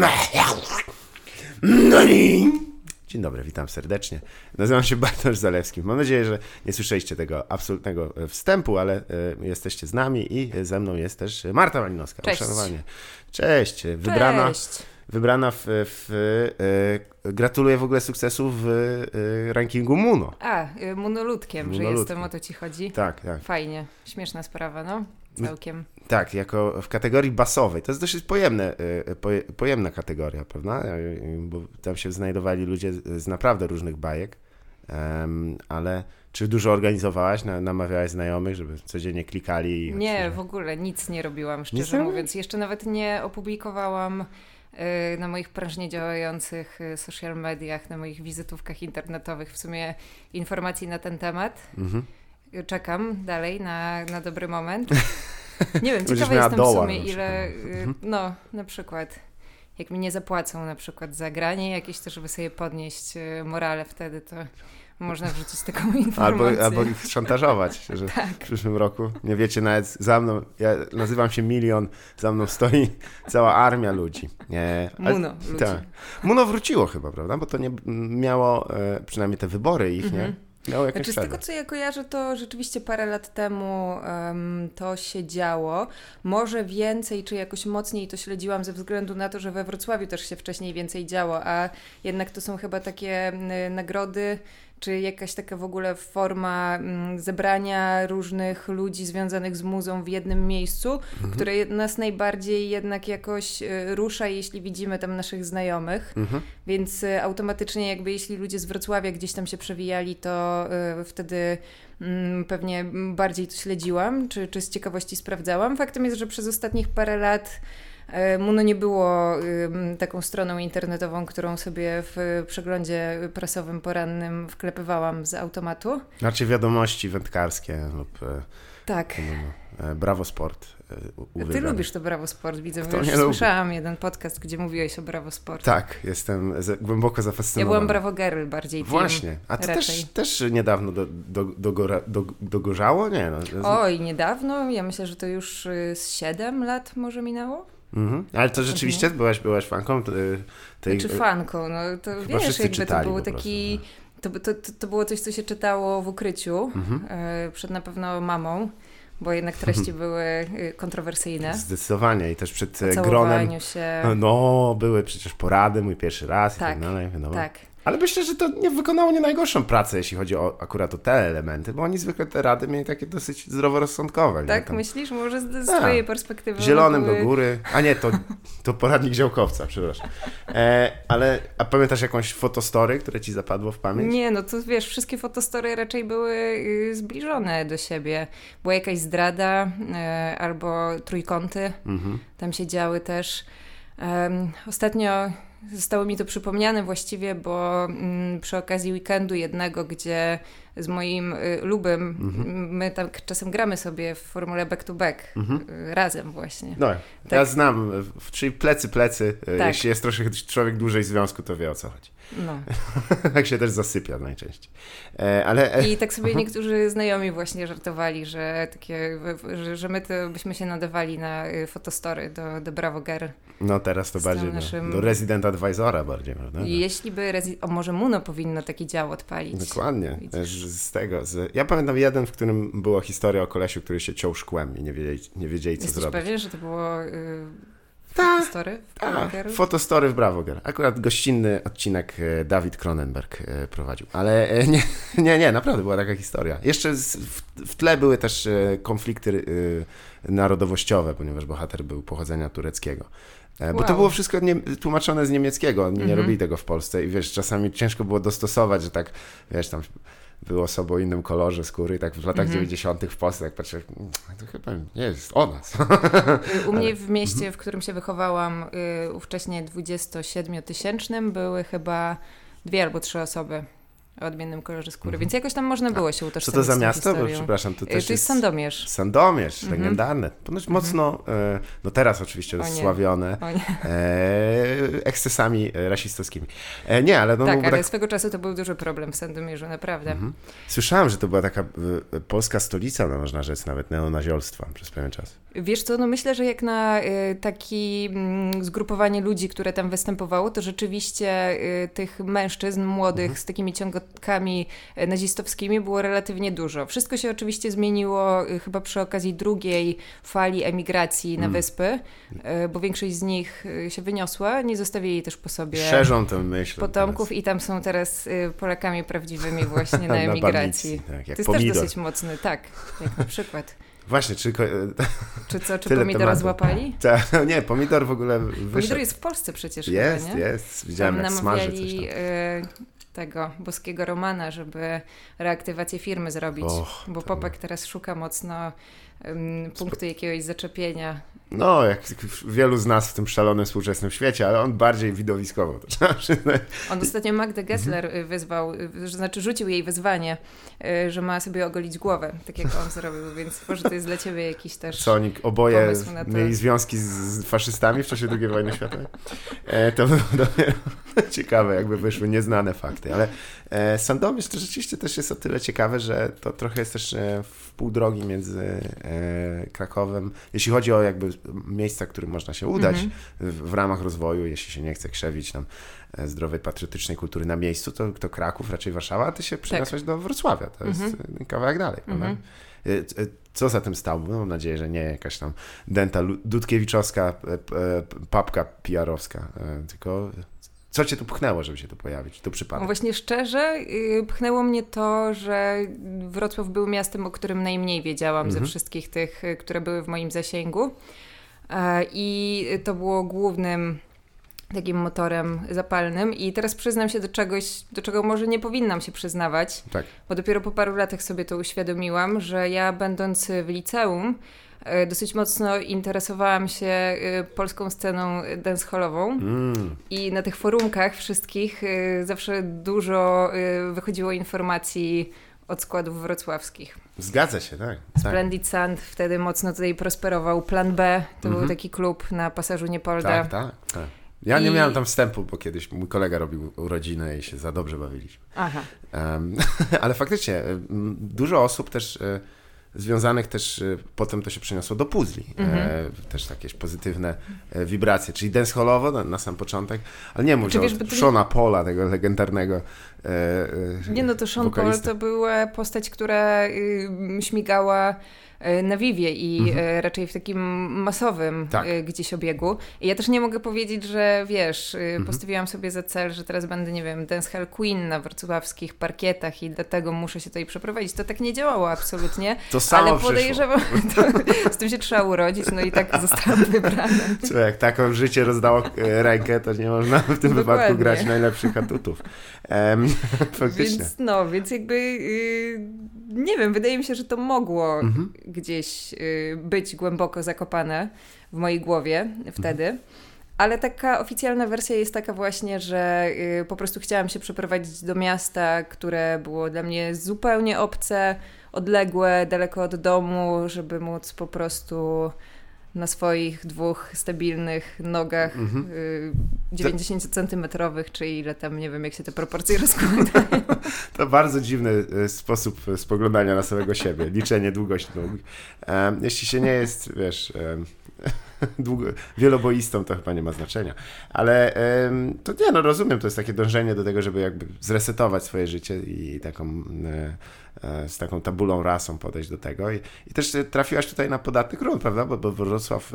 Dzień dobry, witam serdecznie. Nazywam się Bartosz Zalewski. Mam nadzieję, że nie słyszeliście tego absolutnego wstępu, ale jesteście z nami i ze mną jest też Marta Malinowska. Cześć. Uszanowanie. Cześć. Wybrana gratuluję w ogóle sukcesu w rankingu Muno. Monoludkiem, że jestem, o to ci chodzi? Tak. Fajnie, śmieszna sprawa, no. Całkiem. Tak, jako w kategorii basowej. To jest dosyć pojemna kategoria, prawda? Bo tam się znajdowali ludzie z naprawdę różnych bajek. Ale czy dużo organizowałaś? Namawiałaś znajomych, żeby codziennie klikali? Nie, w ogóle nic nie robiłam, szczerze mówiąc. Jeszcze nawet nie opublikowałam na moich prężnie działających social mediach, na moich wizytówkach internetowych w sumie informacji na ten temat. Czekam dalej na dobry moment. Nie wiem, ciekawa jestem w sumie ile, no na przykład jak mi nie zapłacą na przykład za granie jakieś, to żeby sobie podnieść morale wtedy, to można wrzucić taką informację. Albo ich szantażować, że tak. W przyszłym roku, nie wiecie, nawet za mną, ja nazywam się Milion, za mną stoi cała armia ludzi. Muno ludzi. Tak. Muno wróciło chyba, prawda? Bo to nie miało, przynajmniej te wybory ich, nie? Miało jakieś z tego, co ja kojarzę, to rzeczywiście parę lat temu to się działo. Może więcej, czy jakoś mocniej to śledziłam ze względu na to, że we Wrocławiu też się wcześniej więcej działo, a jednak to są chyba takie nagrody, czy jakaś taka w ogóle forma zebrania różnych ludzi związanych z muzą w jednym miejscu, które nas najbardziej jednak jakoś rusza, jeśli widzimy tam naszych znajomych. Więc automatycznie jakby jeśli ludzie z Wrocławia gdzieś tam się przewijali, to wtedy pewnie bardziej to śledziłam, czy z ciekawości sprawdzałam. Faktem jest, że przez ostatnich parę lat Muno nie było taką stroną internetową, którą sobie w przeglądzie prasowym porannym wklepywałam z automatu. Znaczy wiadomości wędkarskie lub tak. Brawo Sport. Ty lubisz to Brawo Sport, widzę, bo już słyszałam jeden podcast, gdzie mówiłeś o Brawo Sport. Tak, jestem głęboko zafascynowany. Ja byłam Brawo Girl bardziej. Właśnie, a to też niedawno dogorzało? Nie, no. Oj, niedawno? Ja myślę, że to już z 7 lat może minęło. Ale to rzeczywiście byłaś fanką tej... Znaczy fanką, no to wiesz, jakby to było taki... To było coś, co się czytało w ukryciu przed na pewno mamą, bo jednak treści były kontrowersyjne. Zdecydowanie i też przed gronem. Się. No, były przecież porady, mój pierwszy raz tak, i tak dalej. Tak. Ale myślę, że to nie wykonało nie najgorszą pracę, jeśli chodzi akurat o te elementy, bo oni zwykle te rady mieli takie dosyć zdroworozsądkowe. Tak, myślisz? Może z twojej perspektywy. Zielonym do góry. A nie, to poradnik działkowca, przepraszam. A pamiętasz jakąś fotostory, które ci zapadło w pamięć? Nie, no to wiesz, wszystkie fotostory raczej były zbliżone do siebie. Była jakaś zdrada albo trójkąty. Tam się działy też. Ostatnio zostało mi to przypomniane właściwie, bo przy okazji weekendu jednego, gdzie z moim lubem my tak czasem gramy sobie w formule back-to-back razem właśnie. No, tak. Ja znam, czyli plecy, tak. Jeśli jest troszkę człowiek dłużej w związku, to wie o co chodzi. No. Tak się też zasypia najczęściej. I tak sobie niektórzy znajomi właśnie żartowali, że my to byśmy się nadawali na fotostory do Bravo Girl. No teraz to bardziej do Resident Advisora bardziej, prawda? Jeśli by, może Muno powinno taki dział odpalić. Dokładnie. Ja pamiętam jeden, w którym była historia o kolesiu, który się ciął szkłem i nie wiedzieli co zrobić. Jesteś pewien, że to było... Fotostory w Bravo Girl? Fotostory w Bravo Girl. Akurat gościnny odcinek Dawid Cronenberg prowadził. Ale nie, naprawdę była taka historia. Jeszcze w tle były też konflikty narodowościowe, ponieważ bohater był pochodzenia tureckiego. Bo to było wszystko tłumaczone z niemieckiego. Nie robili tego w Polsce i wiesz, czasami ciężko było dostosować, że tak, wiesz, tam było osobą o innym kolorze skóry i tak w latach 90. w Polsce, tak patrzę, to chyba nie jest o nas. U mnie w mieście, w którym się wychowałam, ówcześnie 27-tysięcznym, były chyba 2 albo 3 osoby o odmiennym kolorze skóry, więc jakoś tam można było się utożsamić. Co to za miasto? Bo, przepraszam, to też jest Sandomierz. Sandomierz, legendarne. Ponoć mocno, no teraz oczywiście sławione ekscesami rasistowskimi. Nie, ale no... Tak, ale swego czasu to był duży problem w Sandomierzu, naprawdę. Słyszałem, że to była taka polska stolica, no można rzec, nawet neonaziolstwa przez pewien czas. Wiesz co, no myślę, że jak na taki zgrupowanie ludzi, które tam występowało, to rzeczywiście tych mężczyzn młodych z takimi ciągotkami nazistowskimi było relatywnie dużo. Wszystko się oczywiście zmieniło chyba przy okazji drugiej fali emigracji na wyspy, bo większość z nich się wyniosła, nie zostawili też po sobie szerzą tę myśl potomków teraz. I tam są teraz Polakami prawdziwymi właśnie na emigracji. Tak, jak to jest pomidor. też dosyć mocny, tak, jak na przykład. Właśnie, Czy pomidora tematów. złapali? Nie, pomidor w ogóle wyszedł. Pomidor jest w Polsce przecież jest, chyba, nie? Jest. Widziałem, tam jak smaży coś tam. Tego boskiego Romana, żeby reaktywację firmy zrobić, bo Popek teraz szuka mocno punktu jakiegoś zaczepienia. No, jak wielu z nas w tym szalonym współczesnym świecie, ale on bardziej widowiskowo, to trzeba przyznać. On ostatnio Magdę Gessler wyzwał, znaczy rzucił jej wyzwanie, że ma sobie ogolić głowę, tak jak on zrobił, więc może to jest dla ciebie jakiś też Co oni oboje pomysł na to. mieli związki z faszystami w czasie II wojny światowej? To było dopiero ciekawe, jakby wyszły nieznane fakty, ale Sandomierz to rzeczywiście też jest o tyle ciekawe, że to trochę jest też w pół drogi między Krakowem, jeśli chodzi o jakby miejsca, którym można się udać w ramach rozwoju, jeśli się nie chce krzewić tam zdrowej, patriotycznej kultury na miejscu, to Kraków, raczej Warszawa, a ty się przeniosłeś do Wrocławia, to jest kawałek dalej, prawda? Co za tym stało? Mam nadzieję, że nie jakaś tam dęta dudkiewiczowska papka PR-owska, tylko co cię tu pchnęło, żeby się tu pojawić? To przypadek. No właśnie szczerze, pchnęło mnie to, że Wrocław był miastem, o którym najmniej wiedziałam ze wszystkich tych, które były w moim zasięgu. I to było głównym takim motorem zapalnym. I teraz przyznam się do czegoś, do czego może nie powinnam się przyznawać, bo dopiero po paru latach sobie to uświadomiłam, że ja będąc w liceum dosyć mocno interesowałam się polską sceną dancehallową i na tych forumkach wszystkich zawsze dużo wychodziło informacji od składów wrocławskich. Zgadza się, tak. Splendid Sand wtedy mocno tutaj prosperował. Plan B to był taki klub na Pasażu Niepolda. Tak. Ja nie miałem tam wstępu, bo kiedyś mój kolega robił urodziny i się za dobrze bawiliśmy. Aha. Ale faktycznie dużo osób też związanych też, potem to się przeniosło do puzli. Też jakieś pozytywne wibracje, czyli dancehallowo na sam początek, ale nie mówię o Shona Paula, tego legendarnego Nie, no to Sean Paul to była postać, która śmigała na Vivie i raczej w takim masowym gdzieś obiegu. I ja też nie mogę powiedzieć, że wiesz, postawiłam sobie za cel, że teraz będę, nie wiem, dancehall queen na wrocławskich parkietach i dlatego muszę się tutaj przeprowadzić. To tak nie działało absolutnie. To samo ale podejrzewam, z tym się trzeba urodzić, no i tak zostałam wybrana. Słuchaj, jak taką życie rozdało rękę, to nie można w tym wypadku grać najlepszych atutów. Faktycznie. Więc jakby nie wiem, wydaje mi się, że to mogło gdzieś być głęboko zakopane w mojej głowie wtedy. Ale taka oficjalna wersja jest taka właśnie, że po prostu chciałam się przeprowadzić do miasta, które było dla mnie zupełnie obce, odległe, daleko od domu, żeby móc po prostu na swoich dwóch stabilnych nogach 90-centymetrowych, czy ile tam, nie wiem, jak się te proporcje rozkładają. To bardzo dziwny sposób spoglądania na samego siebie, liczenie długości nóg. Jeśli się nie jest, wiesz, wieloboistą, to chyba nie ma znaczenia. Ale to nie, no rozumiem, to jest takie dążenie do tego, żeby jakby zresetować swoje życie i z taką tabulą rasą podejść do tego. I też trafiłaś tutaj na podatny grunt, prawda? Bo Wrocław,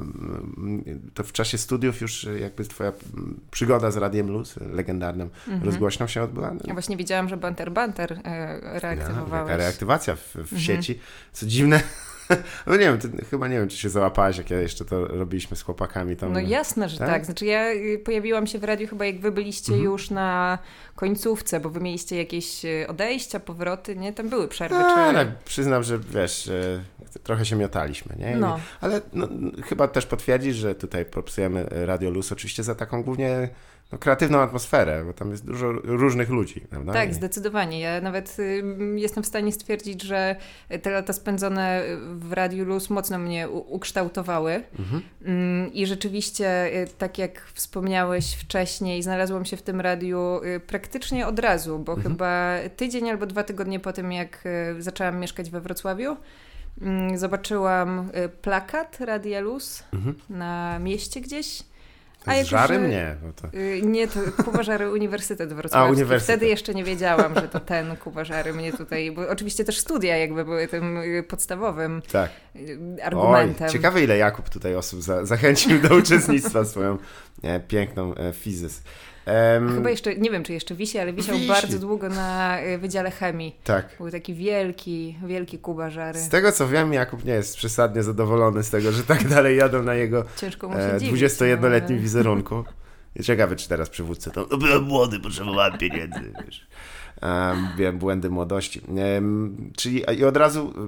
to w czasie studiów już jakby twoja przygoda z Radiem Luz, legendarnym rozgłośnią się odbyła. Ja właśnie widziałam, że Banter reaktywowałeś. Jaka reaktywacja w sieci. Co dziwne. No nie wiem, chyba nie wiem, czy się załapałaś, jak jeszcze to robiliśmy z chłopakami. Tam, no jasne, że tak. Znaczy ja pojawiłam się w radiu chyba jak wy byliście już na końcówce, bo wy mieliście jakieś odejścia, powroty, nie? Tam były przerwy. Ale przyznam, że wiesz, trochę się miotaliśmy, nie? No. Ale chyba też potwierdzisz, że tutaj propsujemy Radio Luz oczywiście za taką głównie kreatywną atmosferę, bo tam jest dużo różnych ludzi, prawda? Tak, zdecydowanie. Ja nawet jestem w stanie stwierdzić, że te lata spędzone w Radiu Luz mocno mnie ukształtowały. I rzeczywiście, tak jak wspomniałeś wcześniej, znalazłam się w tym radiu praktycznie od razu, bo chyba tydzień albo 2 tygodnie po tym, jak zaczęłam mieszkać we Wrocławiu, zobaczyłam plakat Radia Luz na mieście gdzieś. Z Żarym? Nie. To... Nie, to Kuba Żary Uniwersytet Wrocławski. Uniwersytet. Wtedy jeszcze nie wiedziałam, że to ten Kuba Żary mnie tutaj... Bo oczywiście też studia jakby były tym podstawowym argumentem. Oj, ciekawe ile Jakub tutaj osób zachęcił do uczestnictwa swoją piękną fizys. Chyba jeszcze, nie wiem czy jeszcze wisi, ale wisiał bardzo długo na Wydziale Chemii. Tak. Był taki wielki Kuba Żary. Z tego co wiem, Jakub nie jest przesadnie zadowolony z tego, że tak dalej jadą na jego 21-letnim wizerunku. I ciekawy, czy teraz przywódca to byłem młody, potrzebowałem pieniędzy. Wiesz. Wiem, błędy młodości. Czyli i od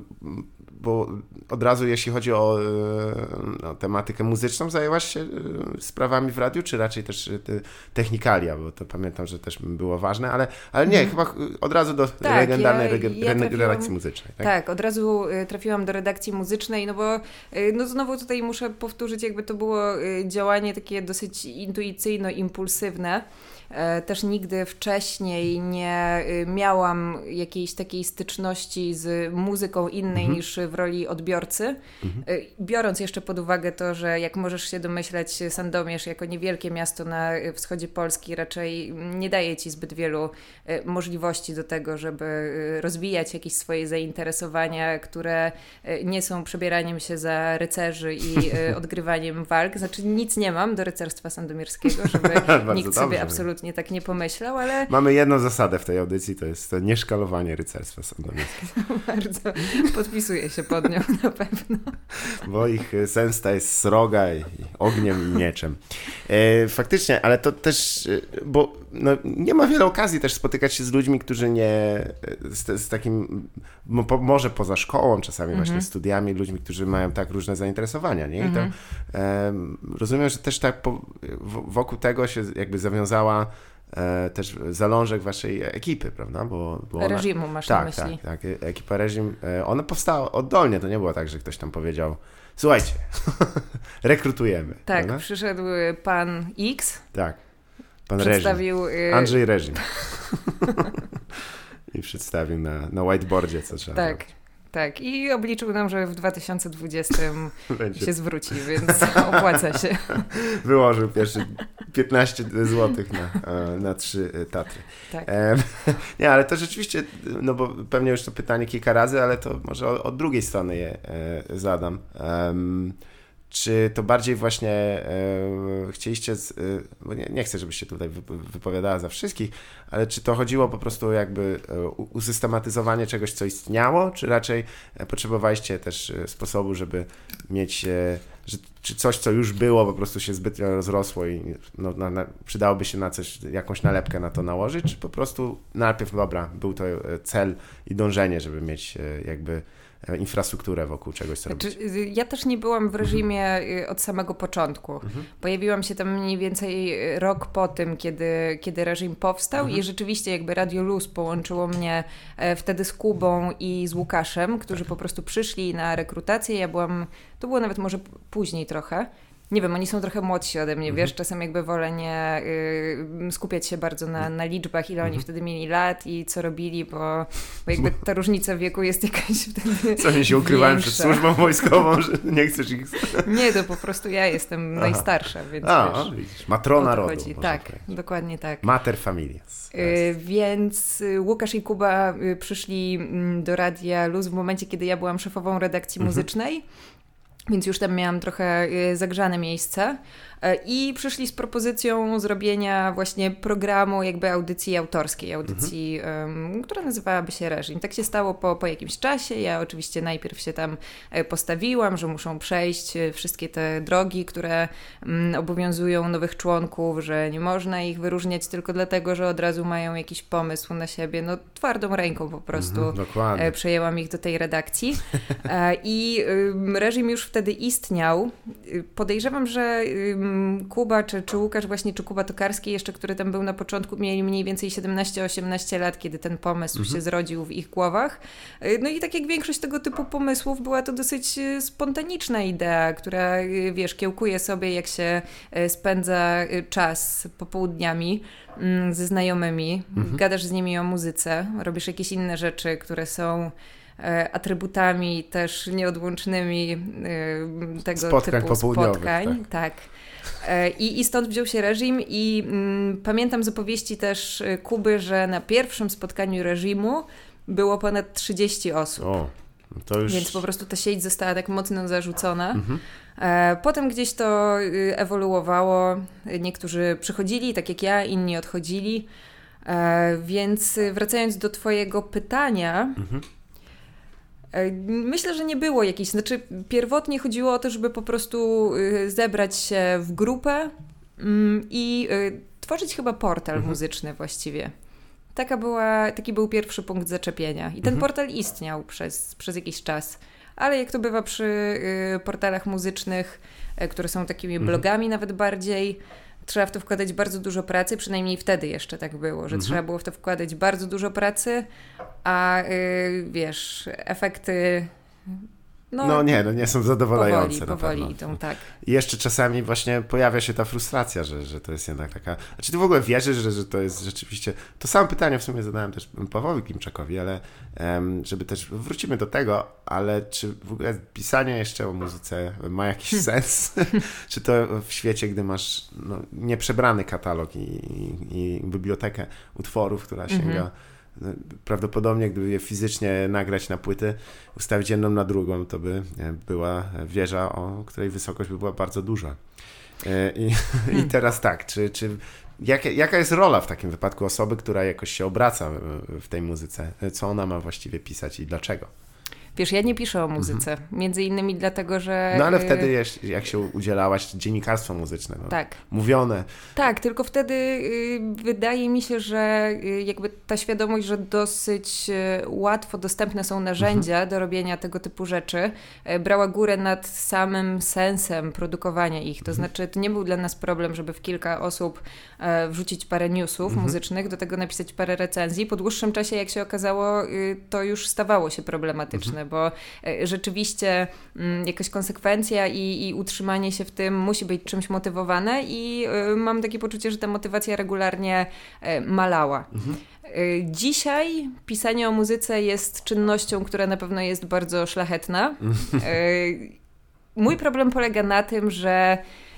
razu jeśli chodzi o tematykę muzyczną, zajęłaś się sprawami w radiu, czy raczej też technikalia, bo to pamiętam, że też było ważne, ale nie, chyba od razu do legendarnej redakcji muzycznej. Tak, od razu trafiłam do redakcji muzycznej, no bo znowu tutaj muszę powtórzyć, jakby to było działanie takie dosyć intuicyjno-impulsywne. Też nigdy wcześniej nie miałam jakiejś takiej styczności z muzyką innej niż w roli odbiorcy. Biorąc jeszcze pod uwagę to, że jak możesz się domyśleć, Sandomierz jako niewielkie miasto na wschodzie Polski raczej nie daje ci zbyt wielu możliwości do tego, żeby rozwijać jakieś swoje zainteresowania, które nie są przebieraniem się za rycerzy i odgrywaniem walk. Znaczy nic nie mam do rycerstwa sandomierskiego, żeby nikt sobie absolutnie tak nie pomyślał, ale... Mamy jedną zasadę w tej audycji, to jest nieszkalowanie rycerstwa sandomierskiego. Bardzo podpisuję się pod nią na pewno. Bo ich zemsta jest sroga i ogniem i mieczem. Faktycznie, ale to też, bo nie ma wiele okazji też spotykać się z ludźmi, którzy nie, z takim, może poza szkołą, czasami właśnie studiami, ludźmi, którzy mają tak różne zainteresowania, nie? I to rozumiem, że też tak wokół tego się jakby zawiązała też zalążek waszej ekipy, prawda? Bo ona, reżimu masz na myśli. Tak, ekipa Reżim, ona powstała oddolnie, to nie było tak, że ktoś tam powiedział, słuchajcie, rekrutujemy. Tak, prawda? Przyszedł pan X. Tak, pan przedstawił, Reżim, Andrzej Reżim. I przedstawił na whiteboardzie, co trzeba zrobić. Tak, i obliczył nam, że w 2020 się zwróci, więc opłaca się. Wyłożył pierwszy 15 zł na 3 Tatry. Tak. Nie, ale to rzeczywiście, no bo pewnie już to pytanie kilka razy, ale to może od drugiej strony je zadam. Czy to bardziej właśnie chcieliście, bo nie chcę, żebyś się tutaj wypowiadała za wszystkich, ale czy to chodziło po prostu jakby usystematyzowanie czegoś, co istniało, czy raczej potrzebowaliście też sposobu, żeby mieć, czy coś, co już było, po prostu się zbytnio rozrosło i przydałoby się na coś, jakąś nalepkę na to nałożyć, czy po prostu najpierw, dobra, był to cel i dążenie, żeby mieć jakby infrastrukturę wokół czegoś, co robić. Ja też nie byłam w reżimie od samego początku. Pojawiłam się tam mniej więcej rok po tym, kiedy reżim powstał i rzeczywiście jakby Radio Luz połączyło mnie wtedy z Kubą i z Łukaszem, którzy po prostu przyszli na rekrutację. To było nawet może później trochę. Nie wiem, oni są trochę młodsi ode mnie, wiesz, czasem jakby wolę nie skupiać się bardzo na liczbach, ile oni wtedy mieli lat i co robili, bo jakby ta różnica wieku jest jakaś wtedy co oni się ukrywają przed służbą wojskową, że nie chcesz ich... Nie, to po prostu ja jestem najstarsza, więc widzisz, matrona rodu. Chodzi. Tak, dokładnie tak. Mater familias. Więc Łukasz i Kuba przyszli do Radia Luz w momencie, kiedy ja byłam szefową redakcji muzycznej. Więc już tam miałam trochę zagrzane miejsce i przyszli z propozycją zrobienia właśnie programu jakby audycji autorskiej, która nazywałaby się Reżim. Tak się stało po jakimś czasie. Ja oczywiście najpierw się tam postawiłam, że muszą przejść wszystkie te drogi, które obowiązują nowych członków, że nie można ich wyróżniać tylko dlatego, że od razu mają jakiś pomysł na siebie. No twardą ręką po prostu przejęłam ich do tej redakcji. I Reżim już wtedy istniał. Podejrzewam, że Kuba czy Łukasz właśnie, czy Kuba Tokarski jeszcze, który tam był na początku, mieli mniej więcej 17-18 lat, kiedy ten pomysł się zrodził w ich głowach. No i tak jak większość tego typu pomysłów, była to dosyć spontaniczna idea, która, wiesz, kiełkuje sobie, jak się spędza czas popołudniami ze znajomymi, gadasz z nimi o muzyce, robisz jakieś inne rzeczy, które są atrybutami też nieodłącznymi tego spotkań typu popołudniowych, spotkań. Tak. I stąd wziął się reżim i pamiętam z opowieści też Kuby, że na pierwszym spotkaniu reżimu było ponad 30 osób. O, to już... Więc po prostu ta sieć została tak mocno zarzucona. Potem gdzieś to ewoluowało. Niektórzy przychodzili, tak jak ja, inni odchodzili. Więc wracając do twojego pytania, myślę, że nie było jakiejś... Znaczy, pierwotnie chodziło o to, żeby po prostu zebrać się w grupę i tworzyć chyba portal muzyczny właściwie. Taki był pierwszy punkt zaczepienia. I ten portal istniał przez jakiś czas. Ale jak to bywa przy portalach muzycznych, które są takimi blogami nawet bardziej, trzeba w to wkładać bardzo dużo pracy, przynajmniej wtedy jeszcze tak było, że trzeba było w to wkładać bardzo dużo pracy, a wiesz, efekty... nie są zadowalające. Powoli idą, tak. I jeszcze czasami właśnie pojawia się ta frustracja, że to jest jednak taka... Czy ty w ogóle wierzysz, że to jest rzeczywiście... To samo pytanie w sumie zadałem też Pawłowi Klimczakowi, ale żeby też... Wrócimy do tego, ale czy w ogóle pisanie jeszcze o muzyce ma jakiś sens? Czy to w świecie, gdy masz nieprzebrany katalog i bibliotekę utworów, która sięga... Prawdopodobnie, gdyby je fizycznie nagrać na płyty, ustawić jedną na drugą, to by była wieża, o której wysokość by była bardzo duża. I teraz tak, jaka jest rola w takim wypadku osoby, która jakoś się obraca w tej muzyce? Co ona ma właściwie pisać i dlaczego? Wiesz, ja nie piszę o muzyce, między innymi dlatego, że... No ale wtedy, jak się udzielałaś, dziennikarstwo muzyczne, tak. Mówione. Tak, tylko wtedy wydaje mi się, że jakby ta świadomość, że dosyć łatwo dostępne są narzędzia do robienia tego typu rzeczy, brała górę nad samym sensem produkowania ich. To znaczy, to nie był dla nas problem, żeby w kilka osób wrzucić parę newsów muzycznych, do tego napisać parę recenzji. Po dłuższym czasie, jak się okazało, to już stawało się problematyczne, bo rzeczywiście jakaś konsekwencja i utrzymanie się w tym musi być czymś motywowane i mam takie poczucie, że ta motywacja regularnie malała. Dzisiaj pisanie o muzyce jest czynnością, która na pewno jest bardzo szlachetna. Mój problem polega na tym, że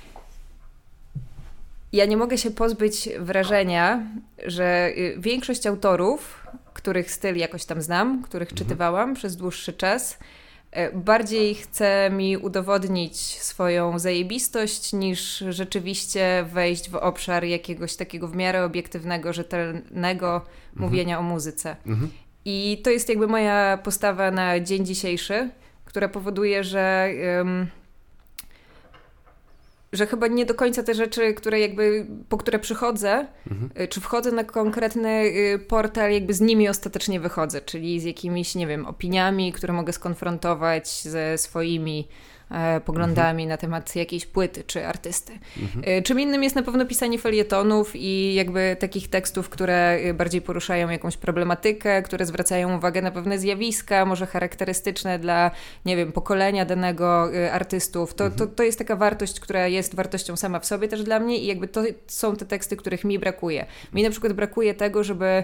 ja nie mogę się pozbyć wrażenia, że większość autorów, których styl jakoś tam znam, których czytywałam przez dłuższy czas, bardziej chce mi udowodnić swoją zajebistość, niż rzeczywiście wejść w obszar jakiegoś takiego w miarę obiektywnego, rzetelnego mówienia o muzyce. I to jest jakby moja postawa na dzień dzisiejszy, która powoduje, że chyba nie do końca te rzeczy, po które przychodzę, czy wchodzę na konkretny portal, jakby z nimi ostatecznie wychodzę, czyli z jakimiś, nie wiem, opiniami, które mogę skonfrontować ze swoimi poglądami na temat jakiejś płyty czy artysty. Czym innym jest na pewno pisanie felietonów i jakby takich tekstów, które bardziej poruszają jakąś problematykę, które zwracają uwagę na pewne zjawiska, może charakterystyczne dla, nie wiem, pokolenia danego artystów. To jest taka wartość, która jest wartością sama w sobie też dla mnie i jakby to są te teksty, których mi brakuje. Mi na przykład brakuje tego, żeby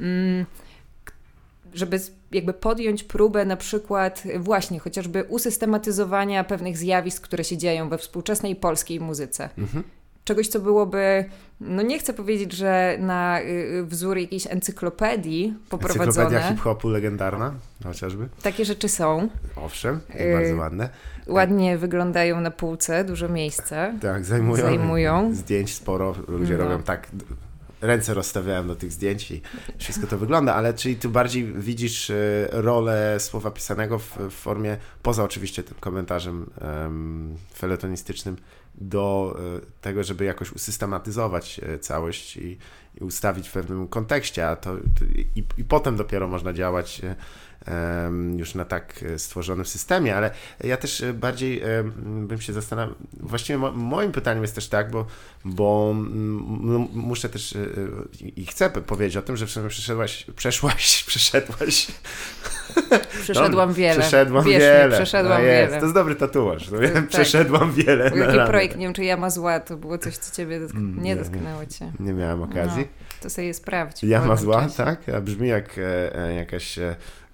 jakby podjąć próbę na przykład właśnie chociażby usystematyzowania pewnych zjawisk, które się dzieją we współczesnej polskiej muzyce. Czegoś, co byłoby, nie chcę powiedzieć, że na wzór jakiejś encyklopedii poprowadzone. Encyklopedia hip-hopu legendarna chociażby. Takie rzeczy są. Owszem, bardzo ładne. Ładnie wyglądają na półce, dużo miejsca. Tak, zajmują. Zdjęć sporo, ludzie robią tak... Ręce rozstawiałem do tych zdjęć i wszystko to wygląda, ale czyli ty bardziej widzisz rolę słowa pisanego w formie, poza oczywiście tym komentarzem felietonistycznym, do tego, żeby jakoś usystematyzować całość i ustawić w pewnym kontekście, i potem dopiero można działać już na tak stworzonym systemie, ale ja też bardziej bym się zastanawiał, właściwie moim pytaniem jest też tak, bo muszę też i chcę powiedzieć o tym, że w sumie przeszedłam wiele. Przeszedłem wiele. To jest dobry tatuaż. Tak. Przeszedłem wiele. Jaki projekt, nie wiem, czy Jama Zła, to było coś, co ciebie nie dotknęło cię. Nie miałem okazji. To sobie sprawdź. Jama Zła, tak? A brzmi jak jakaś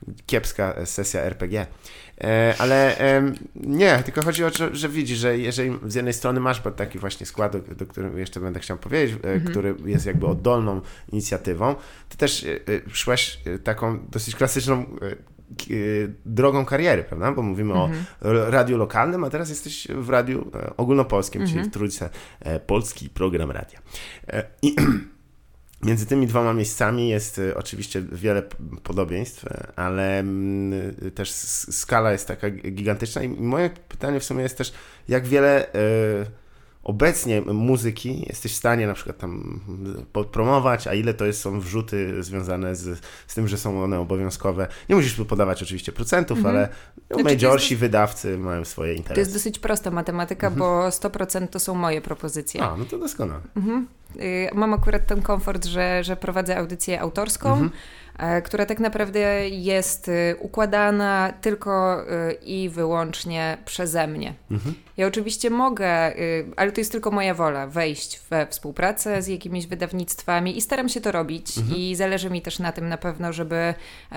kiepska sesja RPG. Ale nie, tylko chodzi o to, że widzisz, że jeżeli z jednej strony masz taki właśnie skład, do którego jeszcze będę chciał powiedzieć, który jest jakby oddolną inicjatywą, ty też szłaś taką dosyć klasyczną drogą kariery, prawda? Bo mówimy o radiu lokalnym, a teraz jesteś w radiu ogólnopolskim, czyli w Trójce Polski Program Radia. I między tymi dwoma miejscami jest oczywiście wiele podobieństw, ale też skala jest taka gigantyczna i moje pytanie w sumie jest też, jak wiele obecnie muzyki jesteś w stanie na przykład tam podpromować, a ile to są wrzuty związane z tym, że są one obowiązkowe. Nie musisz tu podawać oczywiście procentów, ale majorsi wydawcy mają swoje interesy. To jest dosyć prosta matematyka, bo 100% to są moje propozycje. A, no to doskonale. Mam akurat ten komfort, że prowadzę audycję autorską, która tak naprawdę jest układana tylko i wyłącznie przeze mnie. Ja oczywiście mogę, ale to jest tylko moja wola, wejść we współpracę z jakimiś wydawnictwami i staram się to robić i zależy mi też na tym na pewno, żeby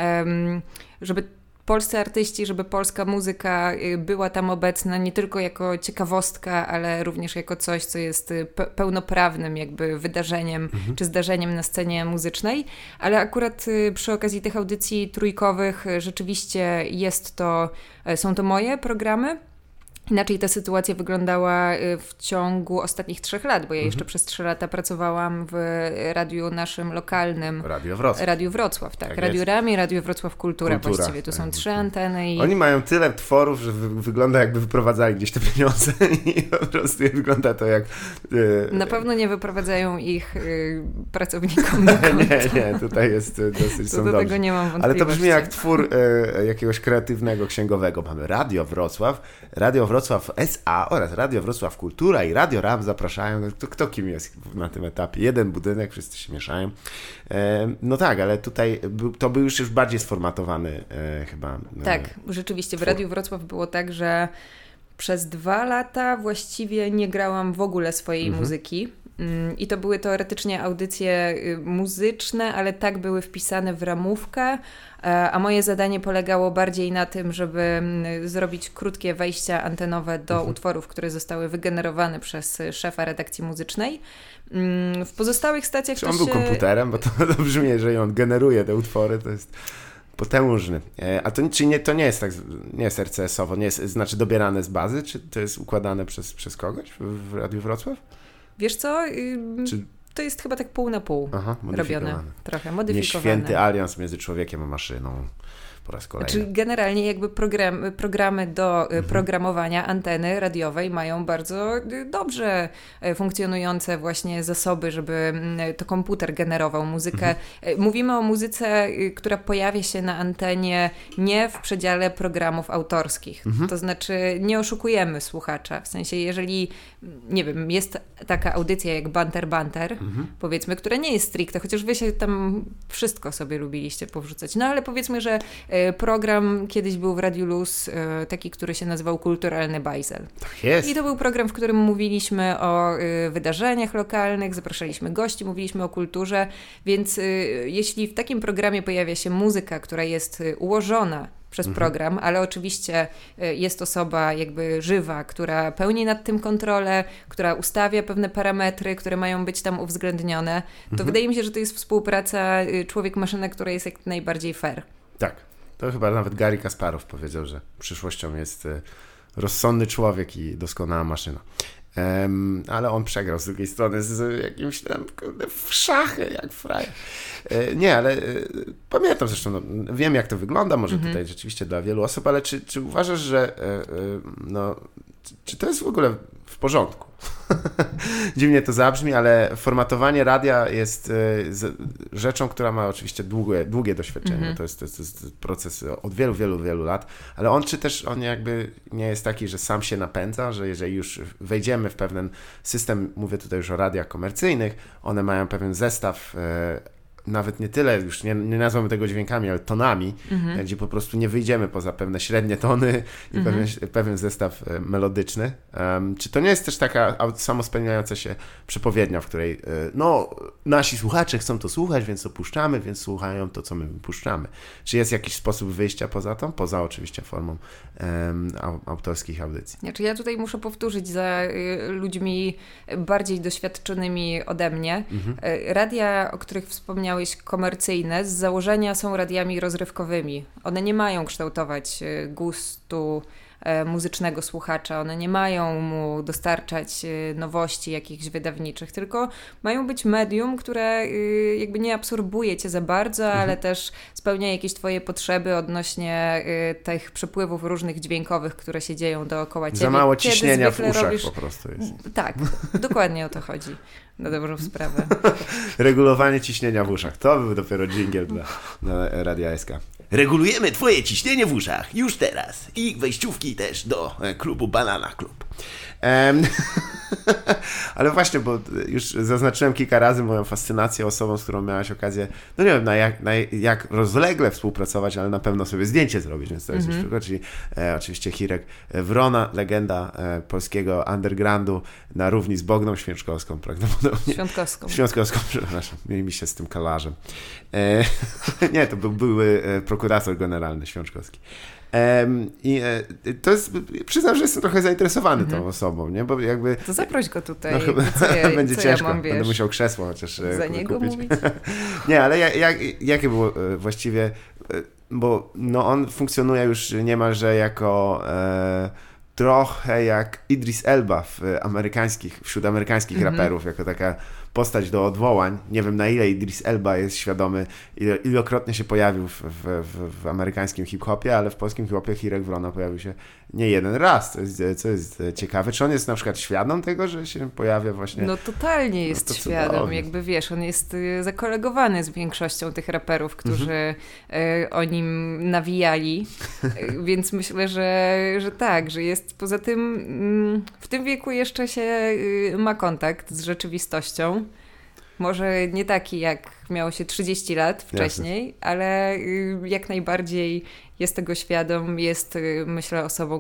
polscy artyści, żeby polska muzyka była tam obecna nie tylko jako ciekawostka, ale również jako coś, co jest pełnoprawnym jakby wydarzeniem czy zdarzeniem na scenie muzycznej. Ale akurat przy okazji tych audycji trójkowych rzeczywiście są to moje programy. Inaczej ta sytuacja wyglądała w ciągu ostatnich 3 lat, bo ja jeszcze przez 3 lata pracowałam w radiu naszym lokalnym. Radiu Wrocław, tak. Radio Rami, Radio Wrocław Kultura właściwie. Tu są 3 anteny. Oni mają tyle tworów, że wygląda jakby wyprowadzali gdzieś te pieniądze i po prostu wygląda to jak... Na pewno nie wyprowadzają ich pracownikom do konta. Nie, tutaj jest dosyć do tego nie mam wątpliwości. Ale to brzmi jak twór jakiegoś kreatywnego księgowego. Mamy Radio Wrocław S.A. oraz Radio Wrocław Kultura i Radio RAM zapraszają. Kto kim jest na tym etapie? Jeden budynek, wszyscy się mieszają. No tak, ale tutaj to był już bardziej sformatowany chyba. Tak, rzeczywiście. W Radiu Wrocław było tak, że przez 2 lata właściwie nie grałam w ogóle swojej muzyki. I to były teoretycznie audycje muzyczne, ale tak były wpisane w ramówkę, a moje zadanie polegało bardziej na tym, żeby zrobić krótkie wejścia antenowe do utworów, które zostały wygenerowane przez szefa redakcji muzycznej. W pozostałych stacjach Czy on był komputerem? Bo to brzmi, jeżeli on generuje te utwory, to jest potężny. A to, to nie jest tak, nie jest RCS-owo, nie jest, znaczy dobierane z bazy, czy to jest układane przez kogoś w Radiu Wrocław? Wiesz co? To jest chyba tak pół na pół robione. Trochę modyfikowane. Nieświęty alians między człowiekiem a maszyną. Po raz kolejny. Znaczy generalnie jakby programy do programowania anteny radiowej mają bardzo dobrze funkcjonujące właśnie zasoby, żeby to komputer generował muzykę. Mówimy o muzyce, która pojawia się na antenie nie w przedziale programów autorskich. To znaczy nie oszukujemy słuchacza. W sensie jeżeli, nie wiem, jest taka audycja jak Banter Banter, powiedzmy, która nie jest stricte, chociaż wy się tam wszystko sobie lubiliście powrzucać. No ale powiedzmy, że program kiedyś był w Radiu Luz, taki, który się nazywał Kulturalny Bajzel. Tak jest. I to był program, w którym mówiliśmy o wydarzeniach lokalnych, zapraszaliśmy gości, mówiliśmy o kulturze, więc jeśli w takim programie pojawia się muzyka, która jest ułożona przez program, ale oczywiście jest osoba jakby żywa, która pełni nad tym kontrolę, która ustawia pewne parametry, które mają być tam uwzględnione, to wydaje mi się, że to jest współpraca człowiek-maszyna, która jest jak najbardziej fair. Tak. To chyba nawet Garry Kasparow powiedział, że przyszłością jest rozsądny człowiek i doskonała maszyna. Ale on przegrał z drugiej strony z jakimś tam w szachy, jak frajer. Nie, ale pamiętam zresztą, wiem jak to wygląda, może tutaj rzeczywiście dla wielu osób, ale czy uważasz, że czy to jest w ogóle w porządku? Dziwnie to zabrzmi, ale formatowanie radia jest rzeczą, która ma oczywiście długie doświadczenie. To jest proces od wielu, wielu, wielu lat, ale on jakby nie jest taki, że sam się napędza, że jeżeli już wejdziemy w pewien system, mówię tutaj już o radiach komercyjnych, one mają pewien zestaw nawet nie tyle, już nie nazwamy tego dźwiękami, ale tonami, gdzie po prostu nie wyjdziemy poza pewne średnie tony i pewien zestaw melodyczny. Czy to nie jest też taka samospełniająca się przepowiednia, w której nasi słuchacze chcą to słuchać, więc to puszczamy, więc słuchają to, co my puszczamy. Czy jest jakiś sposób wyjścia poza to? Poza oczywiście formą autorskich audycji. Znaczy ja tutaj muszę powtórzyć za ludźmi bardziej doświadczonymi ode mnie. Radia, o których wspomniałeś, komercyjne, z założenia są radiami rozrywkowymi. One nie mają kształtować gustu muzycznego słuchacza. One nie mają mu dostarczać nowości jakichś wydawniczych, tylko mają być medium, które jakby nie absorbuje cię za bardzo, ale też spełnia jakieś twoje potrzeby odnośnie tych przepływów różnych dźwiękowych, które się dzieją dookoła ciebie. Za mało ciśnienia w uszach po prostu jest. Tak, dokładnie o to chodzi. Na dobrą sprawę. Regulowanie ciśnienia w uszach. To był dopiero dżingiel dla Radia SK. Regulujemy twoje ciśnienie w uszach już teraz. I wejściówki też do klubu Banana Klub. Ale właśnie, bo już zaznaczyłem kilka razy moją fascynację osobą, z którą miałaś okazję, no nie wiem, jak rozlegle współpracować, ale na pewno sobie zdjęcie zrobić, więc to jest już przykład, czyli oczywiście Hirek Wrona, legenda polskiego undergroundu na równi z Bogną Święczkowską prawdopodobnie. Świątkowską, przepraszam, mieli się z tym kalarzem. Nie, to był były prokurator generalny Świączkowski. I to jest, przyznam, że jestem trochę zainteresowany tą osobą, nie? Bo jakby... To zaproś go tutaj. No, chyba będzie ciężko, będę musiał krzesło chociaż za niego kupić. Mówić? Nie, ale jakie było właściwie, bo no on funkcjonuje już niemalże jako trochę jak Idris Elba wśród amerykańskich raperów, jako taka postać do odwołań. Nie wiem, na ile Idris Elba jest świadomy, ilokrotnie się pojawił w amerykańskim hip-hopie, ale w polskim hip-hopie Hirek Wrona pojawił się nie jeden raz, co jest ciekawe. Czy on jest na przykład świadom tego, że się pojawia właśnie... No totalnie jest świadom. Jakby wiesz, on jest zakolegowany z większością tych raperów, którzy o nim nawijali, więc myślę, że tak, że jest poza tym w tym wieku jeszcze się ma kontakt z rzeczywistością. Może nie taki, jak miało się 30 lat wcześniej, ale jak najbardziej jest tego świadom, jest, myślę, osobą,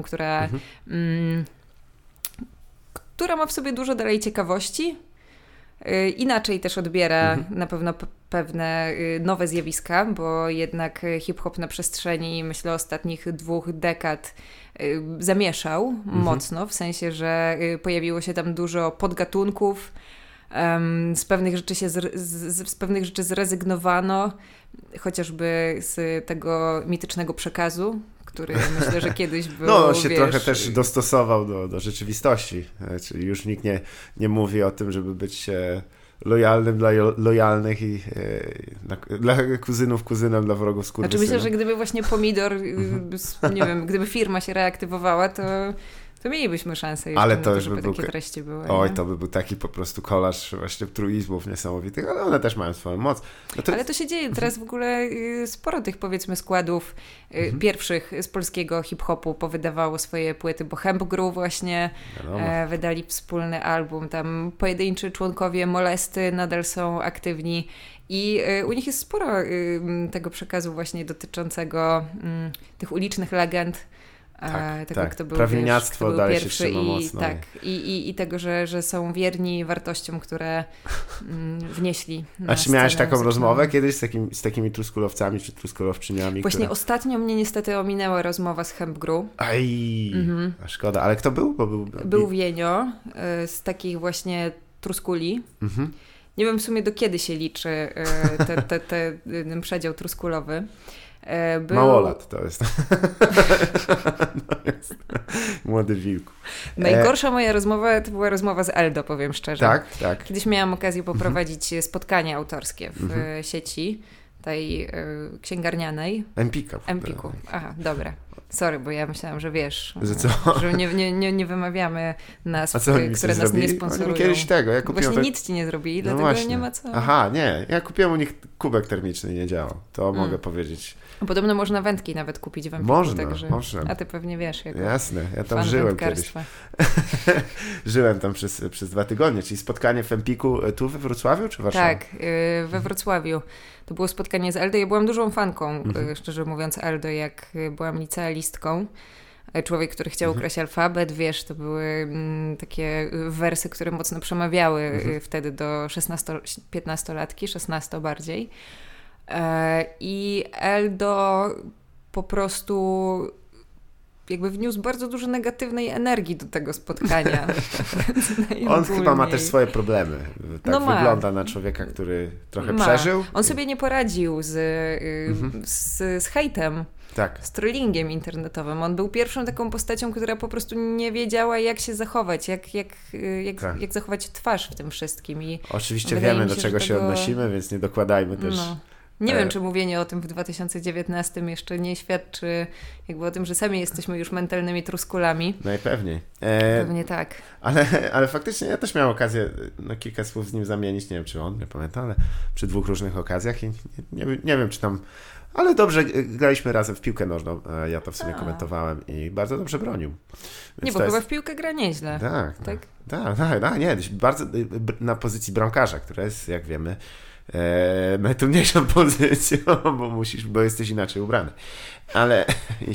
która ma w sobie dużo dalej ciekawości. Inaczej też odbiera na pewno pewne nowe zjawiska, bo jednak hip-hop na przestrzeni, myślę, ostatnich 2 dekad zamieszał mocno, w sensie, że pojawiło się tam dużo podgatunków, z pewnych rzeczy zrezygnowano, chociażby z tego mitycznego przekazu, który myślę, że kiedyś był... No, on się trochę też dostosował do rzeczywistości, czyli już nikt nie mówi o tym, żeby być lojalnym dla lojalnych i dla kuzynem, dla wrogów skurwysynów. Znaczy myślę, że gdyby właśnie Pomidor, nie wiem, gdyby firma się reaktywowała, to mielibyśmy szansę jeszcze ale na to, żeby takie treści były. Oj, to by był taki po prostu kolaż właśnie truizmów niesamowitych, ale one też mają swoją moc. No ale to się dzieje. Teraz w ogóle sporo tych, powiedzmy, składów pierwszych z polskiego hip-hopu powydawało swoje płyty, bo Hemp Gru właśnie wydali wspólny album. Tam pojedynczy członkowie Molesty nadal są aktywni i u nich jest sporo tego przekazu właśnie dotyczącego tych ulicznych legend. Tego, kto był, prawilniactwo dalej pierwszy się trzyma mocno. I tego, że są wierni wartościom, które wnieśli na A czy miałeś taką muzyczną rozmowę kiedyś z takimi truskulowcami czy truskulowczyniami? Właśnie ostatnio mnie niestety ominęła rozmowa z Hemp Gru. A szkoda. Ale kto był? Był Wienio z takich właśnie truskuli. Nie wiem w sumie do kiedy się liczy ten przedział truskulowy. Małolat to jest. Młody wilku. Najgorsza moja rozmowa to była rozmowa z Eldo, powiem szczerze. Tak. Kiedyś miałam okazję poprowadzić spotkanie autorskie w sieci tej księgarnianej. Empiku. Aha, dobra. Sorry, bo ja myślałam, że wiesz, że nie wymawiamy nazw, które nas nie sponsorują. Oni kiedyś tego. Ja kupiłem nic ci nie zrobili, dlatego nie ma co. Aha, nie. Ja kupiłem u nich kubek termiczny i nie działał. To mogę powiedzieć. Podobno można wędki nawet kupić w Empiku. Można. A ty pewnie wiesz. Jasne, ja tam żyłem kiedyś. Żyłem tam przez 2 tygodnie, czyli spotkanie w Empiku tu we Wrocławiu czy w Warszawie? Tak, we Wrocławiu. To było spotkanie z Eldo. Ja byłam dużą fanką, szczerze mówiąc, Eldo, jak byłam licealistką. Człowiek, który chciał ukraść alfabet, wiesz, to były takie wersy, które mocno przemawiały wtedy do 15-latki, 16 bardziej. I Eldo po prostu jakby wniósł bardzo dużo negatywnej energii do tego spotkania. On chyba ma też swoje problemy. Tak wygląda na człowieka, który trochę przeżył. On sobie nie poradził z hejtem. Tak. Z trollingiem internetowym. On był pierwszą taką postacią, która po prostu nie wiedziała, jak się zachować, jak zachować twarz w tym wszystkim. I oczywiście wiemy, do czego się odnosimy, więc nie dokładajmy też. Nie wiem, czy mówienie o tym w 2019 jeszcze nie świadczy jakby o tym, że sami jesteśmy już mentalnymi truskulami. Najpewniej. Pewnie tak. Ale faktycznie ja też miałem okazję kilka słów z nim zamienić. Nie wiem, czy on, nie pamiętam, ale przy 2 różnych okazjach i nie wiem, czy tam... Ale dobrze, graliśmy razem w piłkę nożną. Ja to w sumie komentowałem i bardzo dobrze bronił. Więc chyba w piłkę gra nieźle. Tak, nie, bardzo na pozycji bramkarza, która jest, jak wiemy, najtrudniejszą pozycją, bo jesteś inaczej ubrany. Ale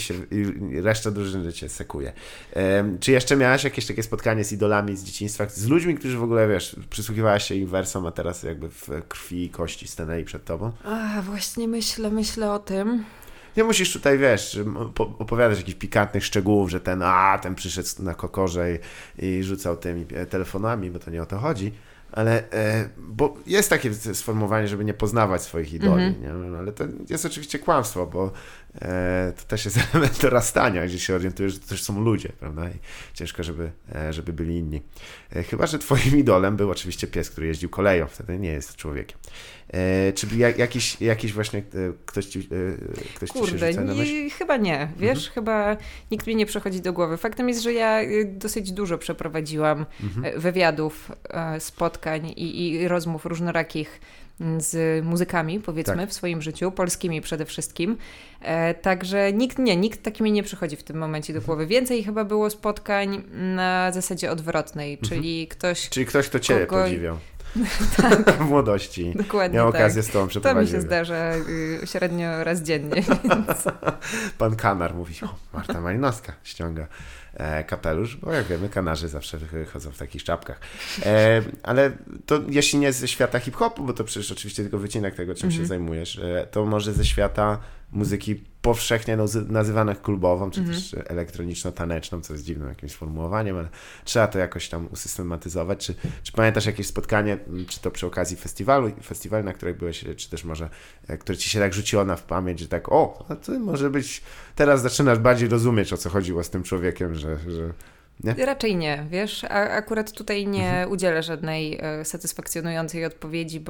i reszta drużyny cię sekuje. Czy jeszcze miałaś jakieś takie spotkanie z idolami z dzieciństwa, z ludźmi, którzy w ogóle, wiesz, przysłuchiwałaś się im wersom, a teraz jakby w krwi i kości stanęli przed tobą? Właśnie myślę o tym. Nie musisz tutaj, wiesz, opowiadać jakichś pikantnych szczegółów, że ten przyszedł na kokorze i rzucał tymi telefonami, bo to nie o to chodzi. Ale, bo jest takie sformułowanie, żeby nie poznawać swoich idoli, nie? Ale to jest oczywiście kłamstwo, bo to też jest element dorastania, gdzie się orientujesz, że to też są ludzie, prawda? I ciężko, żeby byli inni. Chyba że twoim idolem był oczywiście pies, który jeździł koleją, wtedy nie jest człowiekiem. Czy jakiś właśnie ktoś ci się rzuca na myśl? Chyba nie. Wiesz, chyba nikt mi nie przychodzi do głowy. Faktem jest, że ja dosyć dużo przeprowadziłam wywiadów, spotkań i rozmów różnorakich z muzykami, powiedzmy, w swoim życiu, polskimi przede wszystkim. Także nikt taki mi nie przychodzi w tym momencie do głowy. Więcej chyba było spotkań na zasadzie odwrotnej, czyli ktoś, kto ciebie podziwiał. Tak. W młodości. Dokładnie. Miał okazję z tobą przeprowadzić. To mi się zdarza średnio raz dziennie. Więc... Pan Kanar mówi, Marta Malinowska ściąga kapelusz, bo jak wiemy, Kanarzy zawsze chodzą w takich czapkach. Ale to jeśli nie ze świata hip-hopu, bo to przecież oczywiście tylko wycinek tego, czym się zajmujesz, to może ze świata muzyki powszechnie nazywanych klubową, czy też elektroniczno-taneczną, co jest dziwnym jakimś sformułowaniem, ale trzeba to jakoś tam usystematyzować. Czy pamiętasz jakieś spotkanie, czy to przy okazji festiwalu, na którym byłeś, czy też może, które ci się tak rzuciło w pamięć, że tak, a ty może być, teraz zaczynasz bardziej rozumieć, o co chodziło z tym człowiekiem, że nie? Raczej nie, wiesz, akurat tutaj nie udzielę żadnej satysfakcjonującej odpowiedzi,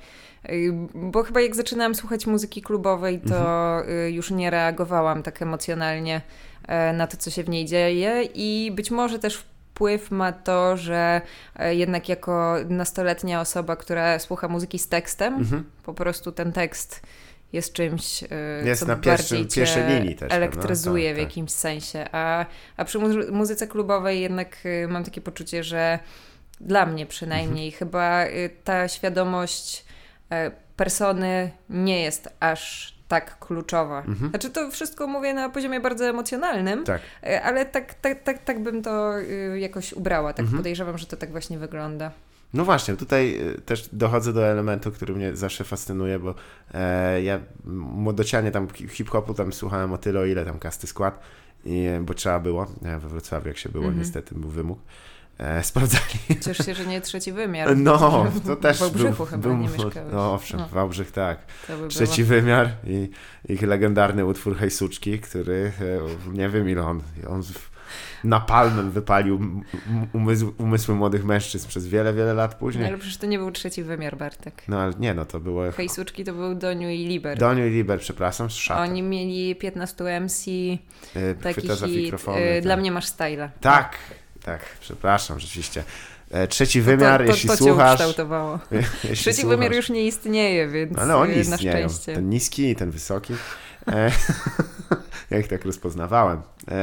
bo chyba jak zaczynałam słuchać muzyki klubowej, to już nie reagowałam tak emocjonalnie na to, co się w niej dzieje i być może też wpływ ma to, że jednak jako nastoletnia osoba, która słucha muzyki z tekstem, po prostu ten tekst jest czymś, jest co na bardziej pierwszej linii też, elektryzuje w jakimś sensie. A przy muzyce klubowej jednak mam takie poczucie, że dla mnie przynajmniej chyba ta świadomość persony nie jest aż tak kluczowa. Znaczy to wszystko mówię na poziomie bardzo emocjonalnym, ale tak bym to jakoś ubrała. Tak podejrzewam, że to tak właśnie wygląda. No właśnie, tutaj też dochodzę do elementu, który mnie zawsze fascynuje, bo ja młodocianie tam hip-hopu tam słuchałem o tyle, o ile tam Kasty Skład, bo trzeba było. We Wrocławiu jak się było, niestety był wymóg. Sprawdzali. Ciesz się, że nie trzeci wymiar. No, to też w Wałbrzychu chyba nie mieszkałeś. No owszem, Wałbrzych tak. Trzeci wymiar i ich legendarny utwór Hej Suczki, który nie wiem ile on napalmem wypalił umysły młodych mężczyzn przez wiele, wiele lat później. No, ale przecież to nie był trzeci wymiar, Bartek. No ale nie, to było... Hej Suczki to był Doniu i Liber. Doniu i Liber, przepraszam, z Szata. Oni mieli 15 MC, taki hit, Dla mnie masz styla. Tak, przepraszam, rzeczywiście. Trzeci wymiar, jeśli słuchasz... To cię ukształtowało. Trzeci wymiar już nie istnieje, więc ale oni na szczęście. Ten niski i ten wysoki. Ja ich tak rozpoznawałem.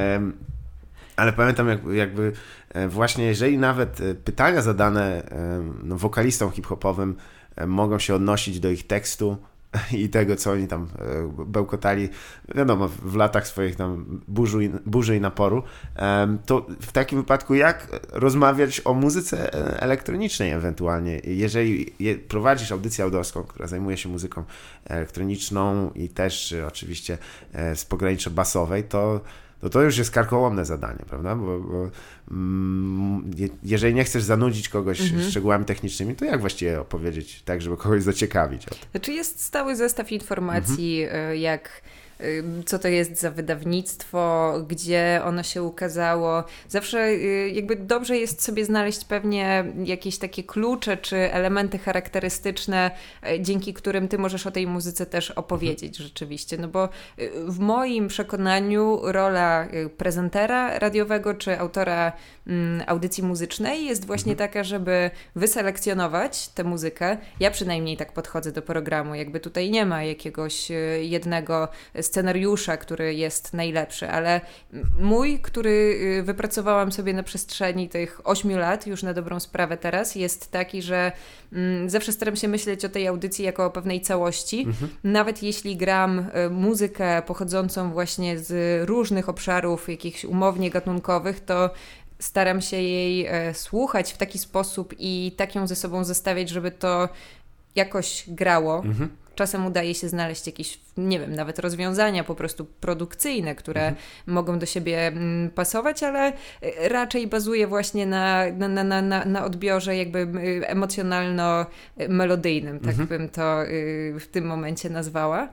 Ale pamiętam jakby właśnie, jeżeli nawet pytania zadane wokalistom hip-hopowym mogą się odnosić do ich tekstu, i tego, co oni tam bełkotali, wiadomo, w latach swoich tam burzy i naporu, to w takim wypadku jak rozmawiać o muzyce elektronicznej ewentualnie? Jeżeli prowadzisz audycję autorską, która zajmuje się muzyką elektroniczną i też oczywiście z pogranicza basowej, to już jest karkołomne zadanie, prawda? Bo jeżeli nie chcesz zanudzić kogoś szczegółami technicznymi, to jak właściwie opowiedzieć tak, żeby kogoś zaciekawić o tym? Znaczy jest stały zestaw informacji, co to jest za wydawnictwo, gdzie ono się ukazało. Zawsze jakby dobrze jest sobie znaleźć pewnie jakieś takie klucze czy elementy charakterystyczne, dzięki którym ty możesz o tej muzyce też opowiedzieć rzeczywiście. No bo w moim przekonaniu rola prezentera radiowego czy autora audycji muzycznej jest właśnie taka, żeby wyselekcjonować tę muzykę. Ja przynajmniej tak podchodzę do programu. Jakby tutaj nie ma jakiegoś jednego scenariusza, który jest najlepszy, ale mój, który wypracowałam sobie na przestrzeni tych 8 lat, już na dobrą sprawę teraz, jest taki, że zawsze staram się myśleć o tej audycji jako o pewnej całości. Nawet jeśli gram muzykę pochodzącą właśnie z różnych obszarów, jakichś umownie gatunkowych, to staram się jej słuchać w taki sposób i tak ją ze sobą zestawiać, żeby to jakoś grało. Czasem udaje się znaleźć jakieś, nie wiem, nawet rozwiązania po prostu produkcyjne, które mogą do siebie pasować, ale raczej bazuje właśnie na odbiorze jakby emocjonalno-melodyjnym, tak bym to w tym momencie nazwała.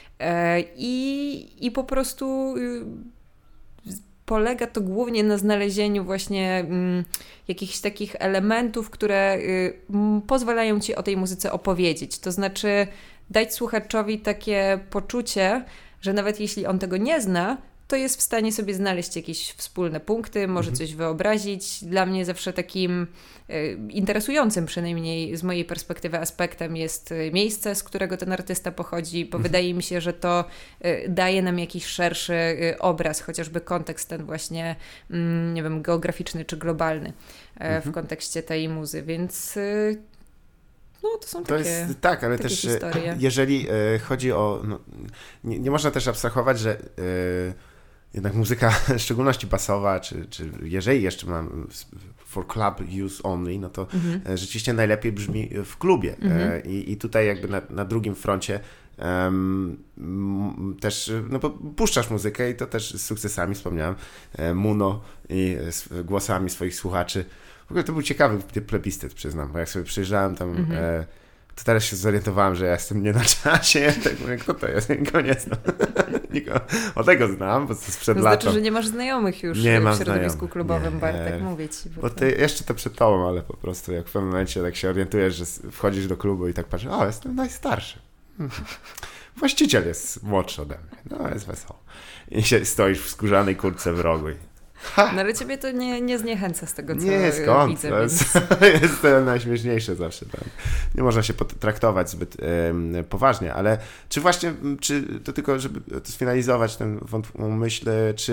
I po prostu polega to głównie na znalezieniu właśnie jakichś takich elementów, które pozwalają ci o tej muzyce opowiedzieć. To znaczy dać słuchaczowi takie poczucie, że nawet jeśli on tego nie zna, to jest w stanie sobie znaleźć jakieś wspólne punkty, może coś wyobrazić. Dla mnie zawsze takim interesującym, przynajmniej z mojej perspektywy, aspektem jest miejsce, z którego ten artysta pochodzi, bo wydaje mi się, że to daje nam jakiś szerszy obraz, chociażby kontekst ten właśnie, nie wiem, geograficzny czy globalny w kontekście tej muzy, więc no, to są takie jest, tak, ale takie też historie. Jeżeli chodzi o... No, nie można też abstrahować, że jednak muzyka, w szczególności basowa, czy jeżeli jeszcze mam for club use only, no to rzeczywiście najlepiej brzmi w klubie. I tutaj jakby na drugim froncie też no, puszczasz muzykę i to też z sukcesami, wspomniałem, Muno i z głosami swoich słuchaczy. W ogóle to był ciekawy plebiscyt, przyznam, bo jak sobie przyjrzałem tam, to teraz się zorientowałem, że ja jestem nie na czasie. Tak mówię, kto to jest? Nikogo nie znam. O tego znam, bo to sprzed lat. To znaczy, że nie masz znajomych już nie w środowisku klubowym, Bartek, mówię ci. Bo ty jeszcze to przed tobą, ale po prostu jak w pewnym momencie tak się orientujesz, że wchodzisz do klubu i tak patrzysz, o, jestem najstarszy. Właściciel jest młodszy ode mnie. No, jest wesoło. I się stoisz w skórzanej kurtce w rogu i no ale ciebie to nie zniechęca z tego, co widzę. To jest to najśmieszniejsze zawsze. Tak. Nie można się traktować zbyt poważnie, ale czy to tylko, żeby to sfinalizować tę wątłą myśl,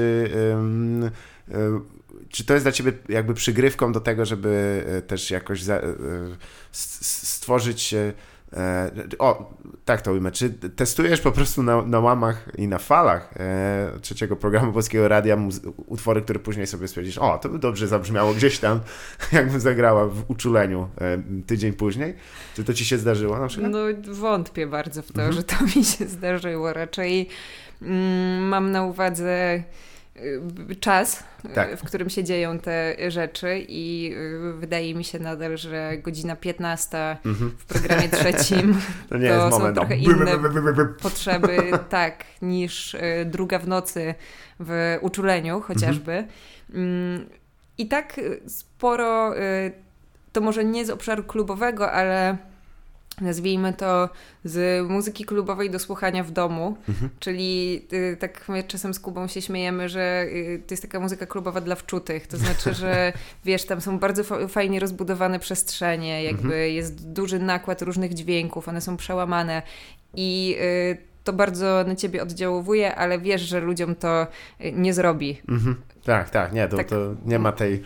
czy to jest dla ciebie jakby przygrywką do tego, żeby też jakoś stworzyć tak to ujmę. Czy testujesz po prostu na łamach i na falach trzeciego programu Polskiego Radia utwory, które później sobie stwierdzisz, to by dobrze zabrzmiało gdzieś tam, jakbym zagrała w uczuleniu tydzień później? Czy to ci się zdarzyło na przykład? No wątpię bardzo w to, że to mi się zdarzyło. Raczej mam na uwadze czas, w którym się dzieją te rzeczy i wydaje mi się nadal, że godzina 15 w programie trzecim to są trochę inne potrzeby niż druga w nocy w uczuleniu chociażby. I tak sporo, to może nie z obszaru klubowego, ale nazwijmy to z muzyki klubowej do słuchania w domu, czyli tak my czasem z Kubą się śmiejemy, że to jest taka muzyka klubowa dla wczutych, to znaczy, że wiesz, tam są bardzo fajnie rozbudowane przestrzenie, jakby jest duży nakład różnych dźwięków, one są przełamane i to bardzo na ciebie oddziałuje, ale wiesz, że ludziom to nie zrobi. Tak, nie, to nie ma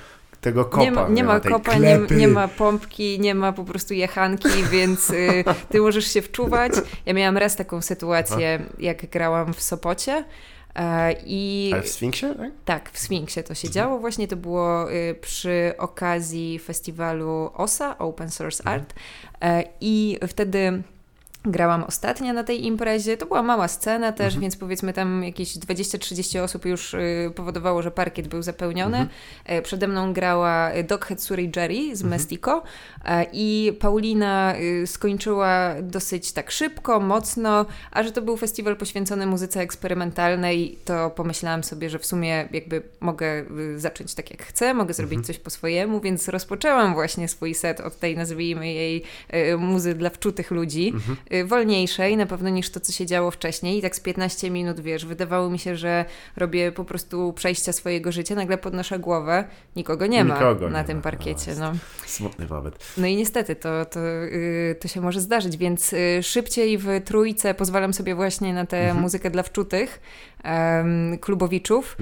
tego kopa. Nie ma kopa, nie ma pompki, nie ma po prostu jechanki, więc ty możesz się wczuwać. Ja miałam raz taką sytuację, jak grałam w Sopocie. Ale w Sfinksie, tak? Tak, w Sfinksie to się działo. Właśnie to było przy okazji festiwalu OSA, Open Source Art. I wtedy grałam ostatnia na tej imprezie. To była mała scena też, więc powiedzmy tam jakieś 20-30 osób już powodowało, że parkiet był zapełniony. Przede mną grała Doc Hetsuri Jerry z Mestico i Paulina skończyła dosyć tak szybko, mocno, a że to był festiwal poświęcony muzyce eksperymentalnej, to pomyślałam sobie, że w sumie jakby mogę zacząć tak jak chcę, mogę zrobić coś po swojemu, więc rozpoczęłam właśnie swój set od tej, nazwijmy jej, muzy dla wczutych ludzi. Wolniejszej na pewno niż to, co się działo wcześniej i tak z 15 minut, wiesz, wydawało mi się, że robię po prostu przejścia swojego życia, nagle podnoszę głowę, nikogo nie ma na tym parkiecie. No. Smutny moment. No i niestety to się może zdarzyć, więc szybciej w trójce pozwalam sobie właśnie na tę muzykę dla wczutych klubowiczów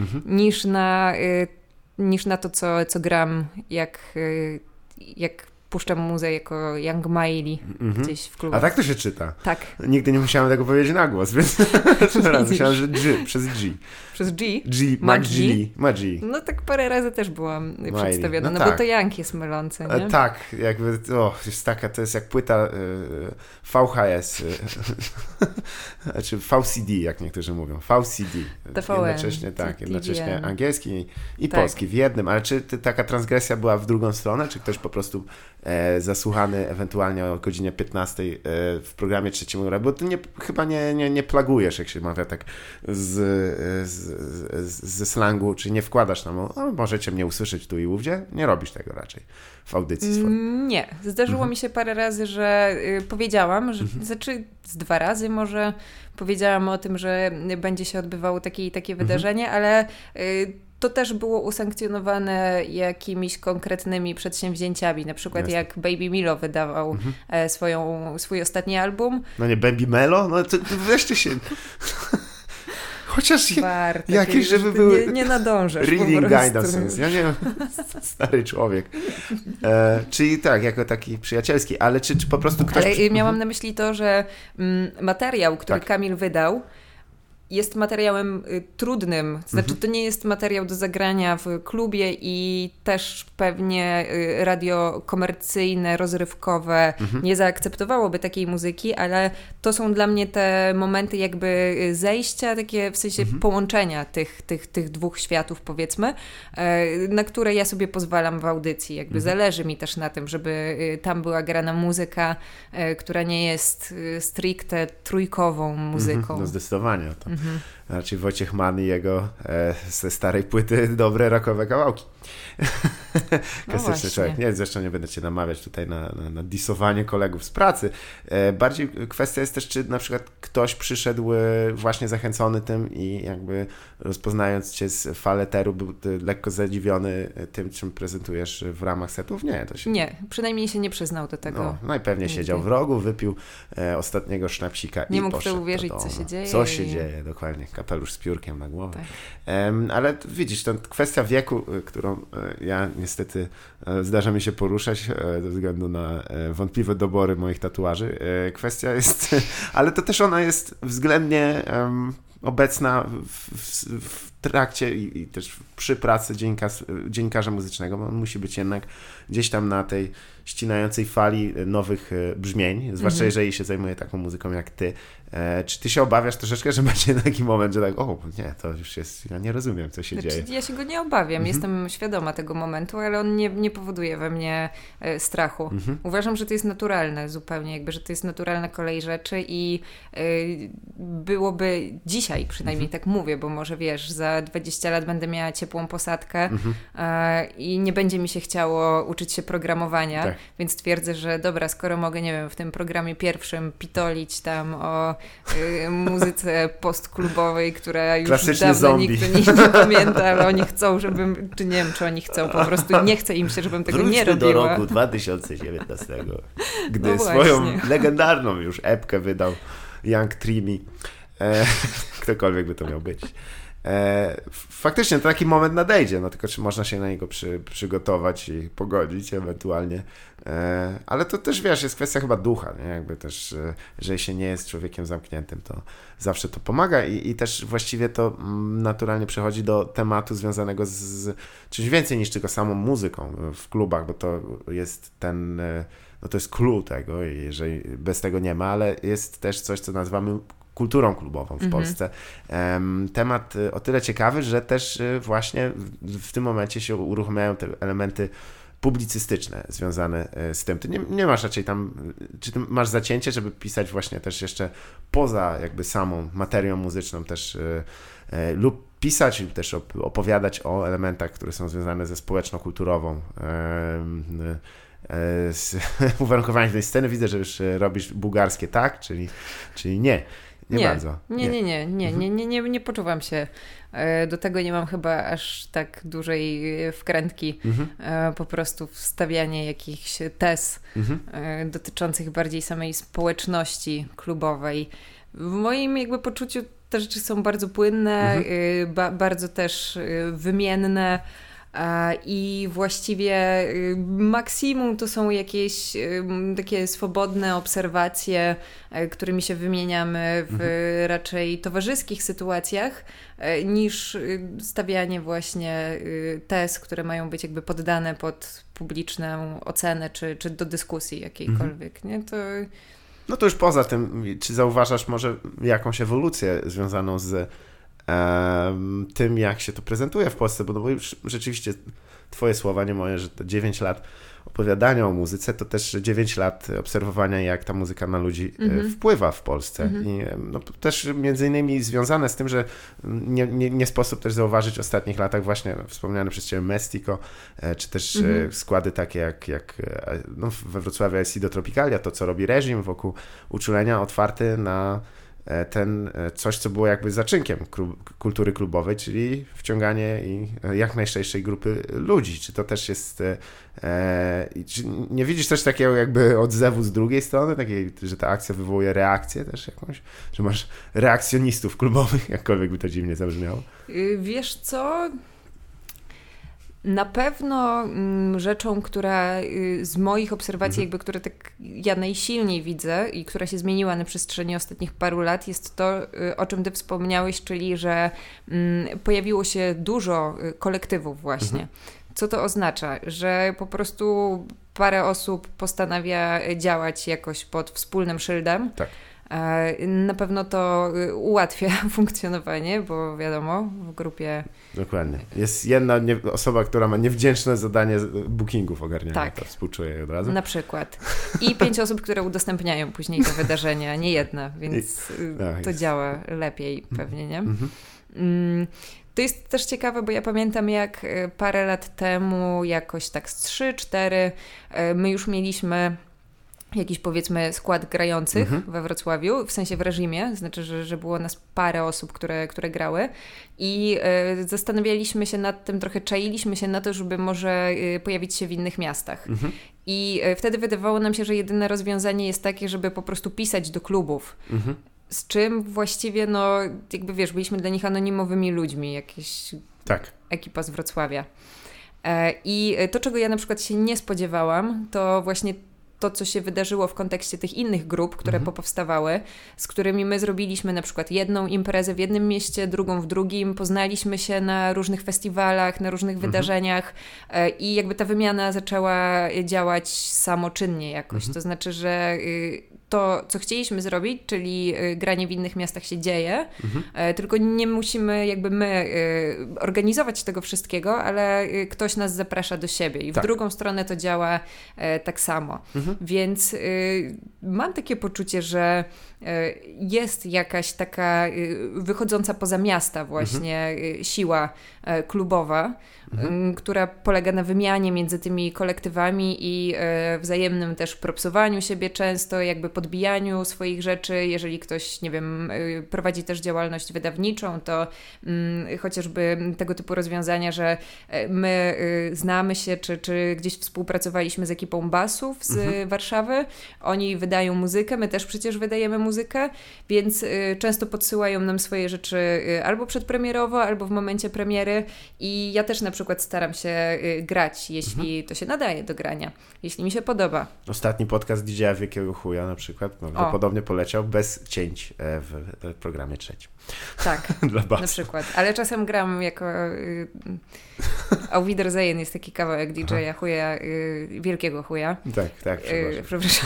niż na to, co gram, jak puszczam muzę jako Young Miley gdzieś w klubie. A tak to się czyta? Tak. Nigdy nie musiałem tego powiedzieć na głos, więc myślałem, że przez G. Przez G? Magi. No tak parę razy też byłam przedstawiona, no tak. Bo to Young jest mylące, nie? Tak, jakby, jest taka, to jest jak płyta VHS, czy VCD, jak niektórzy mówią, VCD. Jednocześnie angielski i polski w jednym, ale czy taka transgresja była w drugą stronę, czy ktoś po prostu zasłuchany ewentualnie o godzinie 15 w programie Trzecim Ura, bo ty chyba nie plagujesz, jak się mawia tak ze slangu, czy nie wkładasz tam, możecie mnie usłyszeć tu i ówdzie? Nie robisz tego raczej w audycji swojej. Nie. Zdarzyło mi się parę razy, że powiedziałam, że znaczy z 2 razy może powiedziałam o tym, że będzie się odbywało takie i takie wydarzenie, ale to też było usankcjonowane jakimiś konkretnymi przedsięwzięciami. Na przykład jak Baby Milo wydawał swój ostatni album. No nie, Baby Melo? No to wreszcie się... Chociaż jakieś, żeby były... Nie nadążasz Reading guidance. Ja nie wiem, stary człowiek. Czyli tak, jako taki przyjacielski, ale czy po prostu ktoś... Ale miałam na myśli to, że materiał, który Kamil wydał, jest materiałem trudnym. Znaczy, to nie jest materiał do zagrania w klubie i też pewnie radio komercyjne, rozrywkowe nie zaakceptowałoby takiej muzyki, ale to są dla mnie te momenty jakby zejścia, takie w sensie połączenia tych 2 światów, powiedzmy, na które ja sobie pozwalam w audycji. Jakby zależy mi też na tym, żeby tam była grana muzyka, która nie jest stricte trójkową muzyką. No zdecydowanie to. Raczej Wojciech Mann i jego ze starej płyty dobre rockowe kawałki. Klasyczny człowiek. Nie, zresztą nie będę cię namawiać tutaj na disowanie kolegów z pracy. Bardziej kwestia jest też, czy na przykład ktoś przyszedł właśnie zachęcony tym i jakby rozpoznając cię z faleteru był lekko zadziwiony tym, czym prezentujesz w ramach setów? Nie, to się... Nie, przynajmniej się nie przyznał do tego. No i pewnie siedział w rogu, wypił ostatniego sznapsika i nie mógł poszedł w to uwierzyć, co się dzieje. Co się dzieje, dokładnie. Kapelusz z piórkiem na głowę. Tak. Ale widzisz, to kwestia wieku, którą ja niestety zdarza mi się poruszać ze względu na wątpliwe dobory moich tatuaży. Kwestia jest, ale to też ona jest względnie obecna w trakcie i też przy pracy dziennikarza muzycznego, bo on musi być jednak gdzieś tam na tej ścinającej fali nowych brzmień, zwłaszcza jeżeli się zajmuje taką muzyką jak ty. Czy ty się obawiasz troszeczkę, że będzie taki moment, że tak, nie, to już jest, ja nie rozumiem, co się dzieje. Ja się go nie obawiam, jestem świadoma tego momentu, ale on nie powoduje we mnie strachu. Uważam, że to jest naturalne zupełnie, jakby, że to jest naturalna kolej rzeczy i byłoby dzisiaj, przynajmniej tak mówię, bo może wiesz, za 20 lat będę miała ciepłą posadkę i nie będzie mi się chciało uczyć się programowania, więc twierdzę, że dobra, skoro mogę, nie wiem, w tym programie pierwszym pitolić tam o muzyce postklubowej, która już klasyczny dawno zombie. Nikt nie pamięta, ale oni chcą, żebym, czy nie wiem, czy oni chcą, po prostu nie chce im się, żebym tego nie robiła. Do roku 2019, gdy swoją legendarną już epkę wydał Young Trimi. Ktokolwiek by to miał być. faktycznie taki moment nadejdzie, no tylko czy można się na niego przygotować i pogodzić ewentualnie. Ale to też, wiesz, jest kwestia chyba ducha, nie? Jakby też, jeżeli się nie jest człowiekiem zamkniętym, to zawsze to pomaga i też właściwie to naturalnie przechodzi do tematu związanego z czymś więcej niż tylko samą muzyką w klubach, bo to jest no to jest clue tego i jeżeli bez tego nie ma, ale jest też coś, co nazywamy kulturą klubową w Polsce. Temat o tyle ciekawy, że też właśnie w tym momencie się uruchamiają te elementy publicystyczne związane z tym. Ty nie masz raczej tam, czy ty masz zacięcie, żeby pisać właśnie też jeszcze poza jakby samą materią muzyczną też lub pisać lub też opowiadać o elementach, które są związane ze społeczno-kulturową z uwarunkowaniem tej sceny. Widzę, że już robisz bułgarskie tak, czyli nie. Nie bardzo. Nie poczuwam się do tego, nie mam chyba aż tak dużej wkrętki, po prostu wstawianie jakichś tez dotyczących bardziej samej społeczności klubowej. W moim jakby poczuciu te rzeczy są bardzo płynne, bardzo też wymienne. I właściwie maksimum to są jakieś takie swobodne obserwacje, którymi się wymieniamy w raczej towarzyskich sytuacjach, niż stawianie właśnie tez, które mają być jakby poddane pod publiczną ocenę, czy do dyskusji jakiejkolwiek. Nie? No to już poza tym, czy zauważasz może jakąś ewolucję związaną z tym, jak się to prezentuje w Polsce, bo już rzeczywiście twoje słowa, nie moje, że to 9 lat opowiadania o muzyce, to też 9 lat obserwowania, jak ta muzyka na ludzi wpływa w Polsce. I no, też między innymi związane z tym, że nie sposób też zauważyć w ostatnich latach właśnie wspomniane przez ciebie Mestico, czy też składy takie jak no, we Wrocławiu Acido Tropicalia, to co robi reżim wokół uczulenia, otwarty na coś, co było jakby zaczynkiem kultury klubowej, czyli wciąganie jak najszerszej grupy ludzi. Czy to też jest... czy nie widzisz też takiego jakby odzewu z drugiej strony, takiej, że ta akcja wywołuje reakcję też jakąś? Że masz reakcjonistów klubowych, jakkolwiek by to dziwnie zabrzmiało? Wiesz co... Na pewno rzeczą, która z moich obserwacji, jakby, które tak ja najsilniej widzę i która się zmieniła na przestrzeni ostatnich paru lat, jest to, o czym ty wspomniałeś, czyli że pojawiło się dużo kolektywów właśnie. Co to oznacza? Że po prostu parę osób postanawia działać jakoś pod wspólnym szyldem. Tak. Na pewno to ułatwia funkcjonowanie, bo wiadomo, w grupie... Dokładnie. Jest jedna osoba, która ma niewdzięczne zadanie bookingów ogarniania. Tak. To współczuję od razu. Na przykład. I 5 osób, które udostępniają później te wydarzenia, nie jedna, więc to działa lepiej pewnie, nie? To jest też ciekawe, bo ja pamiętam, jak parę lat temu, jakoś tak z 3-4, my już mieliśmy jakiś, powiedzmy, skład grających we Wrocławiu, w sensie w reżimie, znaczy, że było nas parę osób, które grały i zastanawialiśmy się nad tym, trochę czailiśmy się na to, żeby może pojawić się w innych miastach. I wtedy wydawało nam się, że jedyne rozwiązanie jest takie, żeby po prostu pisać do klubów. Z czym właściwie, no, jakby wiesz, byliśmy dla nich anonimowymi ludźmi, jakieś ekipa z Wrocławia. I to, czego ja na przykład się nie spodziewałam, to właśnie to, co się wydarzyło w kontekście tych innych grup, które popowstawały, z którymi my zrobiliśmy na przykład jedną imprezę w jednym mieście, drugą w drugim, poznaliśmy się na różnych festiwalach, na różnych wydarzeniach i jakby ta wymiana zaczęła działać samoczynnie jakoś. To znaczy, że to, co chcieliśmy zrobić, czyli granie w innych miastach się dzieje, tylko nie musimy jakby my organizować tego wszystkiego, ale ktoś nas zaprasza do siebie i w drugą stronę to działa tak samo. Więc mam takie poczucie, że jest jakaś taka wychodząca poza miasta właśnie siła klubowa, która polega na wymianie między tymi kolektywami i wzajemnym też propsowaniu siebie często, jakby podbijaniu swoich rzeczy. Jeżeli ktoś, nie wiem, prowadzi też działalność wydawniczą, to chociażby tego typu rozwiązania, że my znamy się, czy gdzieś współpracowaliśmy z ekipą basów z Warszawy. Oni wydają muzykę, my też przecież wydajemy muzykę, więc często podsyłają nam swoje rzeczy albo przedpremierowo, albo w momencie premiery i ja też na przykład staram się grać, jeśli to się nadaje do grania, jeśli mi się podoba. Ostatni podcast DJ-a Wielkiego Chuja na przykład podobnie poleciał bez cięć w programie trzecim. Tak, dla na przykład. Ale czasem gram jako Auf Wiedersehen jest taki kawałek DJ-a Chuja, Wielkiego Chuja. Tak, przepraszam.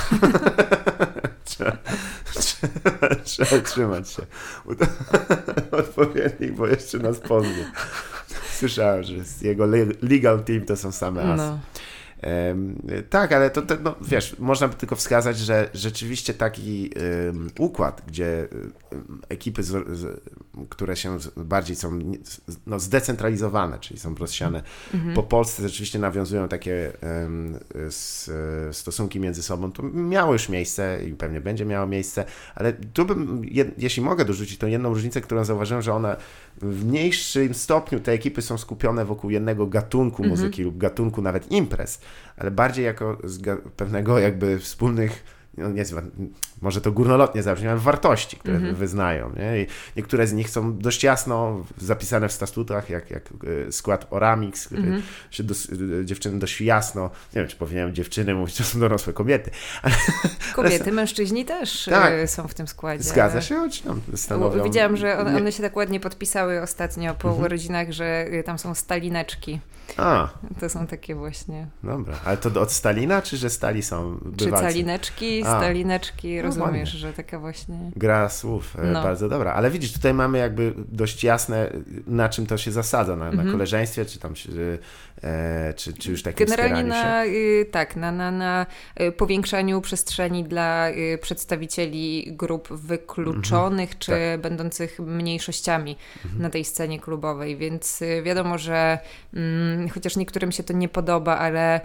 Trzeba trzymać się odpowiednich, bo jeszcze nas pozwie. Słyszałem, że jego legal team to są same asy. No. Tak, ale to wiesz, można by tylko wskazać, że rzeczywiście taki układ, gdzie ekipy, które się bardziej są zdecentralizowane, czyli są rozsiane po Polsce, rzeczywiście nawiązują takie stosunki między sobą, to miało już miejsce i pewnie będzie miało miejsce, ale tu bym, jeśli mogę dorzucić, to jedną różnicę, którą zauważyłem, że ona w mniejszym stopniu te ekipy są skupione wokół jednego gatunku muzyki lub gatunku nawet imprez, ale bardziej jako pewnego jakby wspólnych, może to górnolotnie zabrzmi, ale wartości, które wyznają. Nie? I niektóre z nich są dość jasno zapisane w statutach, jak skład Oramix, który się dziewczyny dość jasno, nie wiem, czy powinienem dziewczyny mówić, to są dorosłe kobiety. Kobiety, mężczyźni też są w tym składzie. Zgadza się, czy tam stanowią... Widziałam, że one się tak ładnie podpisały ostatnio po urodzinach, że tam są stalineczki. To są takie właśnie... Dobra, ale to od Stalina, czy że stali są bywalcy? Czy stalineczki, stalineczki, rozumiesz, że taka właśnie... Gra słów, bardzo dobra. Ale widzisz, tutaj mamy jakby dość jasne, na czym to się zasadza, na koleżeństwie, czy tam czy już takim generalnie wspieraniu się? na powiększaniu przestrzeni dla przedstawicieli grup wykluczonych, czy będących mniejszościami na tej scenie klubowej, więc wiadomo, że chociaż niektórym się to nie podoba, ale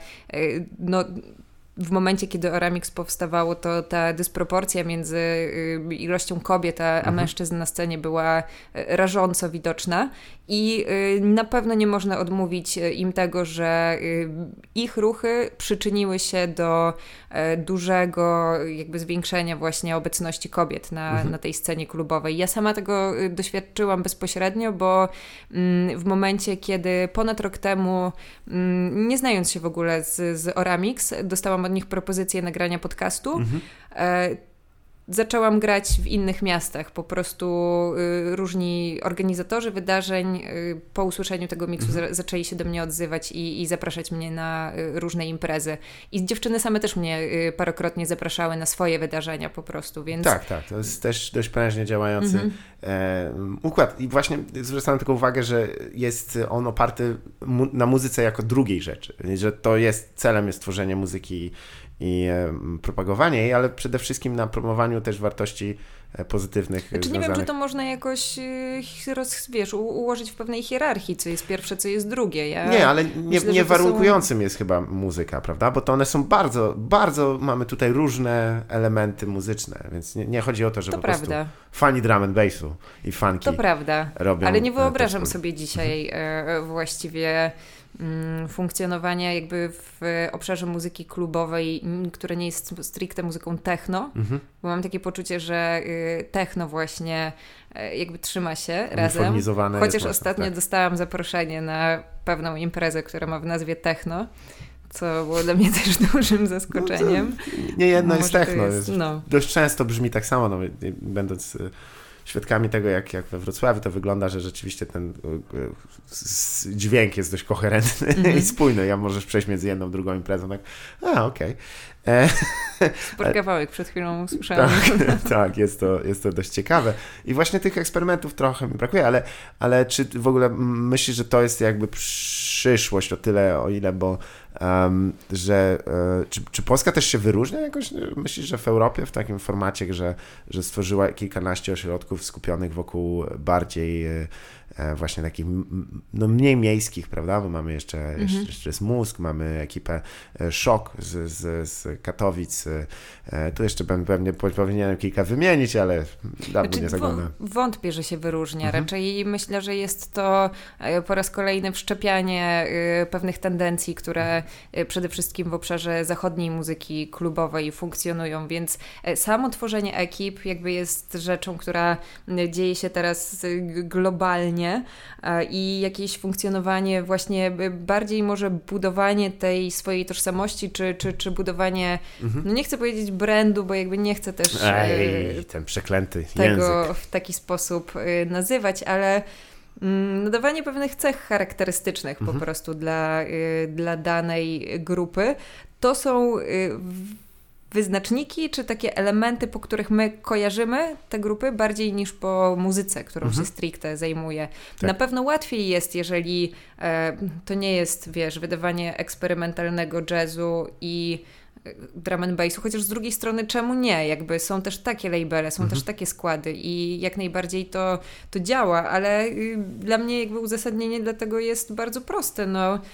w momencie, kiedy Oramix powstawało, to ta dysproporcja między ilością kobiet a mężczyzn na scenie była rażąco widoczna i na pewno nie można odmówić im tego, że ich ruchy przyczyniły się do dużego jakby zwiększenia właśnie obecności kobiet na tej scenie klubowej. Ja sama tego doświadczyłam bezpośrednio, bo w momencie, kiedy ponad rok temu, nie znając się w ogóle z Oramix, dostałam od nich propozycję nagrania podcastu. Zaczęłam grać w innych miastach. Po prostu różni organizatorzy wydarzeń po usłyszeniu tego miksu zaczęli się do mnie odzywać i zapraszać mnie na różne imprezy. I dziewczyny same też mnie parokrotnie zapraszały na swoje wydarzenia po prostu, więc... Tak, to jest też dość prężnie działający układ. I właśnie zwracam tylko uwagę, że jest on oparty na muzyce jako drugiej rzeczy. Że to celem jest tworzenie muzyki i propagowanie jej, ale przede wszystkim na promowaniu też wartości pozytywnych. Znaczy nie wiem, czy to można jakoś ułożyć w pewnej hierarchii, co jest pierwsze, co jest drugie. Nie, ale nie warunkującym jest chyba muzyka, prawda? Bo to one są bardzo, bardzo, mamy tutaj różne elementy muzyczne, więc nie chodzi o to, że po prostu fani drum and bassu i funky to prawda, robią. Ale nie wyobrażam sobie dzisiaj właściwie funkcjonowania jakby w obszarze muzyki klubowej, która nie jest stricte muzyką techno, bo mam takie poczucie, że techno właśnie jakby trzyma się razem, chociaż ostatnio dostałam zaproszenie na pewną imprezę, która ma w nazwie techno, co było dla mnie też dużym zaskoczeniem. Nie jedno jest techno, dość często brzmi tak samo, będąc świadkami tego, jak we Wrocławiu to wygląda, że rzeczywiście ten dźwięk jest dość koherentny i spójny. Ja możesz przejść między jedną, drugą imprezą, tak, okej. Sport kawałek przed chwilą usłyszałam. Tak, jest to dość ciekawe. I właśnie tych eksperymentów trochę mi brakuje, ale czy w ogóle myślisz, że to jest jakby przyszłość o tyle, o ile, bo czy Polska też się wyróżnia jakoś? Myślisz, że w Europie w takim formacie, że stworzyła kilkanaście ośrodków skupionych wokół bardziej właśnie takich mniej miejskich, prawda? Bo mamy jeszcze jest Mózg, mamy ekipę Szok z Katowic. Tu jeszcze pewnie powinienem kilka wymienić, ale dawno nie zaglądam. Wątpię, że się wyróżnia. Raczej myślę, że jest to po raz kolejny wszczepianie pewnych tendencji, które przede wszystkim w obszarze zachodniej muzyki klubowej funkcjonują, więc samo tworzenie ekip jakby jest rzeczą, która dzieje się teraz globalnie i jakieś funkcjonowanie właśnie bardziej może budowanie tej swojej tożsamości, czy budowanie, no nie chcę powiedzieć brandu, bo jakby nie chcę też ten przeklęty tego język w taki sposób nazywać, ale nadawanie pewnych cech charakterystycznych po prostu dla danej grupy. To są wyznaczniki, czy takie elementy, po których my kojarzymy te grupy bardziej niż po muzyce, którą się stricte zajmuje. Tak. Na pewno łatwiej jest, jeżeli to nie jest, wiesz, wydawanie eksperymentalnego jazzu i drum and bassu, chociaż z drugiej strony czemu nie? Jakby są też takie labele, są też takie składy i jak najbardziej to działa, ale dla mnie jakby uzasadnienie dlatego jest bardzo proste.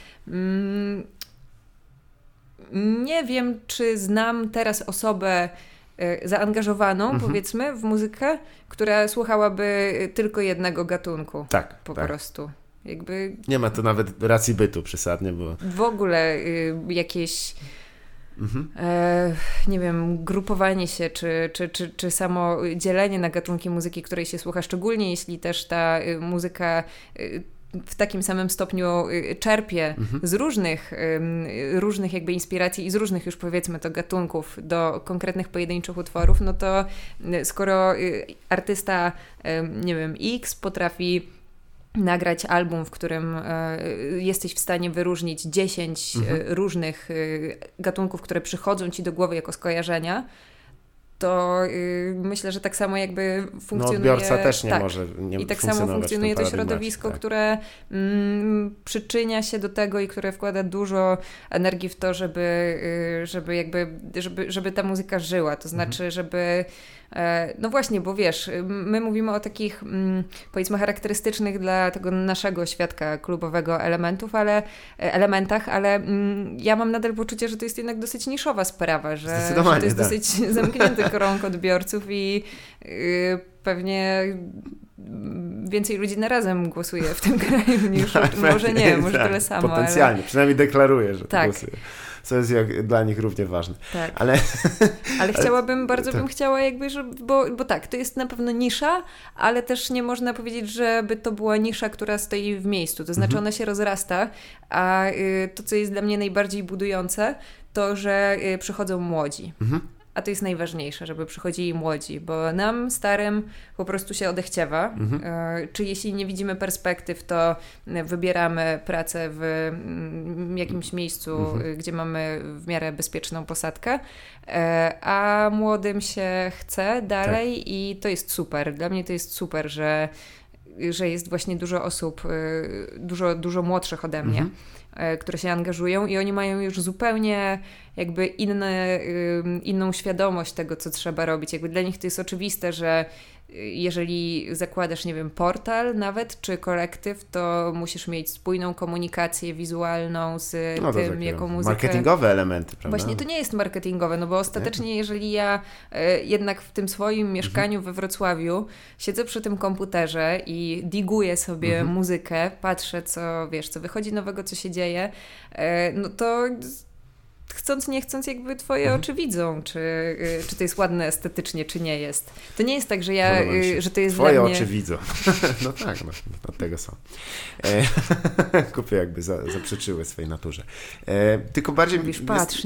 Nie wiem, czy znam teraz osobę zaangażowaną, powiedzmy, w muzykę, która słuchałaby tylko jednego gatunku. Tak, po prostu. Jakby nie ma to nawet racji bytu przesadnie, bo w ogóle jakieś nie wiem, grupowanie się, czy samo dzielenie na gatunki muzyki, której się słucha, szczególnie jeśli też ta muzyka w takim samym stopniu czerpie z różnych jakby inspiracji i z różnych już powiedzmy to gatunków do konkretnych pojedynczych utworów, no to skoro artysta, nie wiem, X potrafi nagrać album, w którym jesteś w stanie wyróżnić 10 różnych gatunków, które przychodzą ci do głowy jako skojarzenia, to myślę, że tak samo jakby funkcjonuje... odbiorca też nie może nie I tak samo funkcjonuje to środowisko, które przyczynia się do tego i które wkłada dużo energii w to, żeby ta muzyka żyła. To znaczy, żeby... No właśnie, bo wiesz, my mówimy o takich powiedzmy charakterystycznych dla tego naszego świadka klubowego elementach, ale ja mam nadal poczucie, że to jest jednak dosyć niszowa sprawa, że to jest dosyć zamknięty krąg odbiorców i pewnie więcej ludzi na razem głosuje w tym kraju niż może nie, może tyle samo. Potencjalnie, przynajmniej deklaruje, że tak. głosuje. Co jest dla nich równie ważne. Tak. Ale chciałabym, bardzo bym chciała jakby, bo tak, to jest na pewno nisza, ale też nie można powiedzieć, żeby to była nisza, która stoi w miejscu. To znaczy ona się rozrasta, a to, co jest dla mnie najbardziej budujące, to, że przychodzą młodzi. A to jest najważniejsze, żeby przychodzili młodzi, bo nam, starym, po prostu się odechciewa. Czy jeśli nie widzimy perspektyw, to wybieramy pracę w jakimś miejscu, gdzie mamy w miarę bezpieczną posadkę, a młodym się chce dalej i to jest super. Dla mnie to jest super, że jest właśnie dużo osób, dużo młodszych ode mnie, które się angażują i oni mają już zupełnie jakby inną świadomość tego, co trzeba robić. Jakby dla nich to jest oczywiste, że jeżeli zakładasz, nie wiem, portal nawet, czy kolektyw, to musisz mieć spójną komunikację wizualną z tym, jaką muzykę... Marketingowe elementy, prawda? Właśnie to nie jest marketingowe, no bo ostatecznie jeżeli ja jednak w tym swoim mieszkaniu we Wrocławiu siedzę przy tym komputerze i diguję sobie muzykę, patrzę, co wychodzi nowego, co się dzieje, no to... chcąc, nie chcąc, jakby twoje oczy widzą, czy to jest ładne estetycznie, czy nie jest. To nie jest tak, że że to jest twoje dla mnie... oczy widzą. No tak, od tego są. Kupy jakby zaprzeczyły swojej naturze. Tylko bardziej... Mówisz, patrz.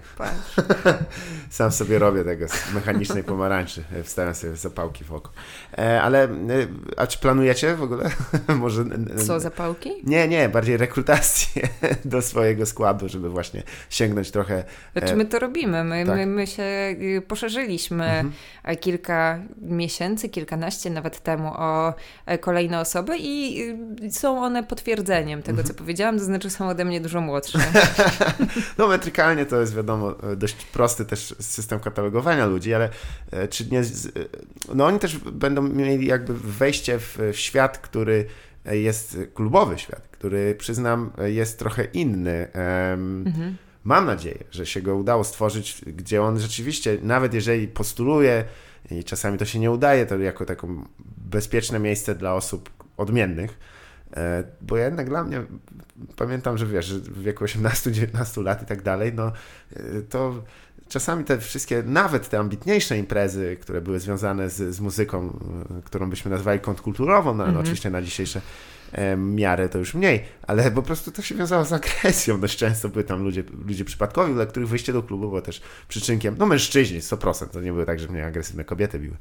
Sam sobie robię tego z mechanicznej pomarańczy. Wstawiam sobie zapałki w oko. A czy planujecie w ogóle? Może... Co, zapałki? Nie, bardziej rekrutację do swojego składu, żeby właśnie sięgnąć trochę... Znaczy my to robimy. Tak. My się poszerzyliśmy kilka miesięcy, kilkanaście nawet temu o kolejne osoby i są one potwierdzeniem tego, co powiedziałam, to znaczy są ode mnie dużo młodsze. No metrykalnie to jest wiadomo dość prosty też system katalogowania ludzi, ale czy nie... No oni też będą mieli jakby wejście w świat, który jest klubowy świat, który przyznam jest trochę inny. Mam nadzieję, że się go udało stworzyć, gdzie on rzeczywiście, nawet jeżeli postuluje i czasami to się nie udaje, to jako taką bezpieczne miejsce dla osób odmiennych, Bo jednak dla mnie, pamiętam, że wiesz, że w wieku 18-19 lat i tak dalej, no to czasami te wszystkie, nawet te ambitniejsze imprezy, które były związane z muzyką, którą byśmy nazwali kontrkulturową, no oczywiście na dzisiejsze miarę to już mniej, ale po prostu to się wiązało z agresją. Dość często były tam ludzie przypadkowi, dla których wyjście do klubu było też przyczynkiem, no mężczyźni 100%, to nie było tak, że mnie agresywne kobiety biły,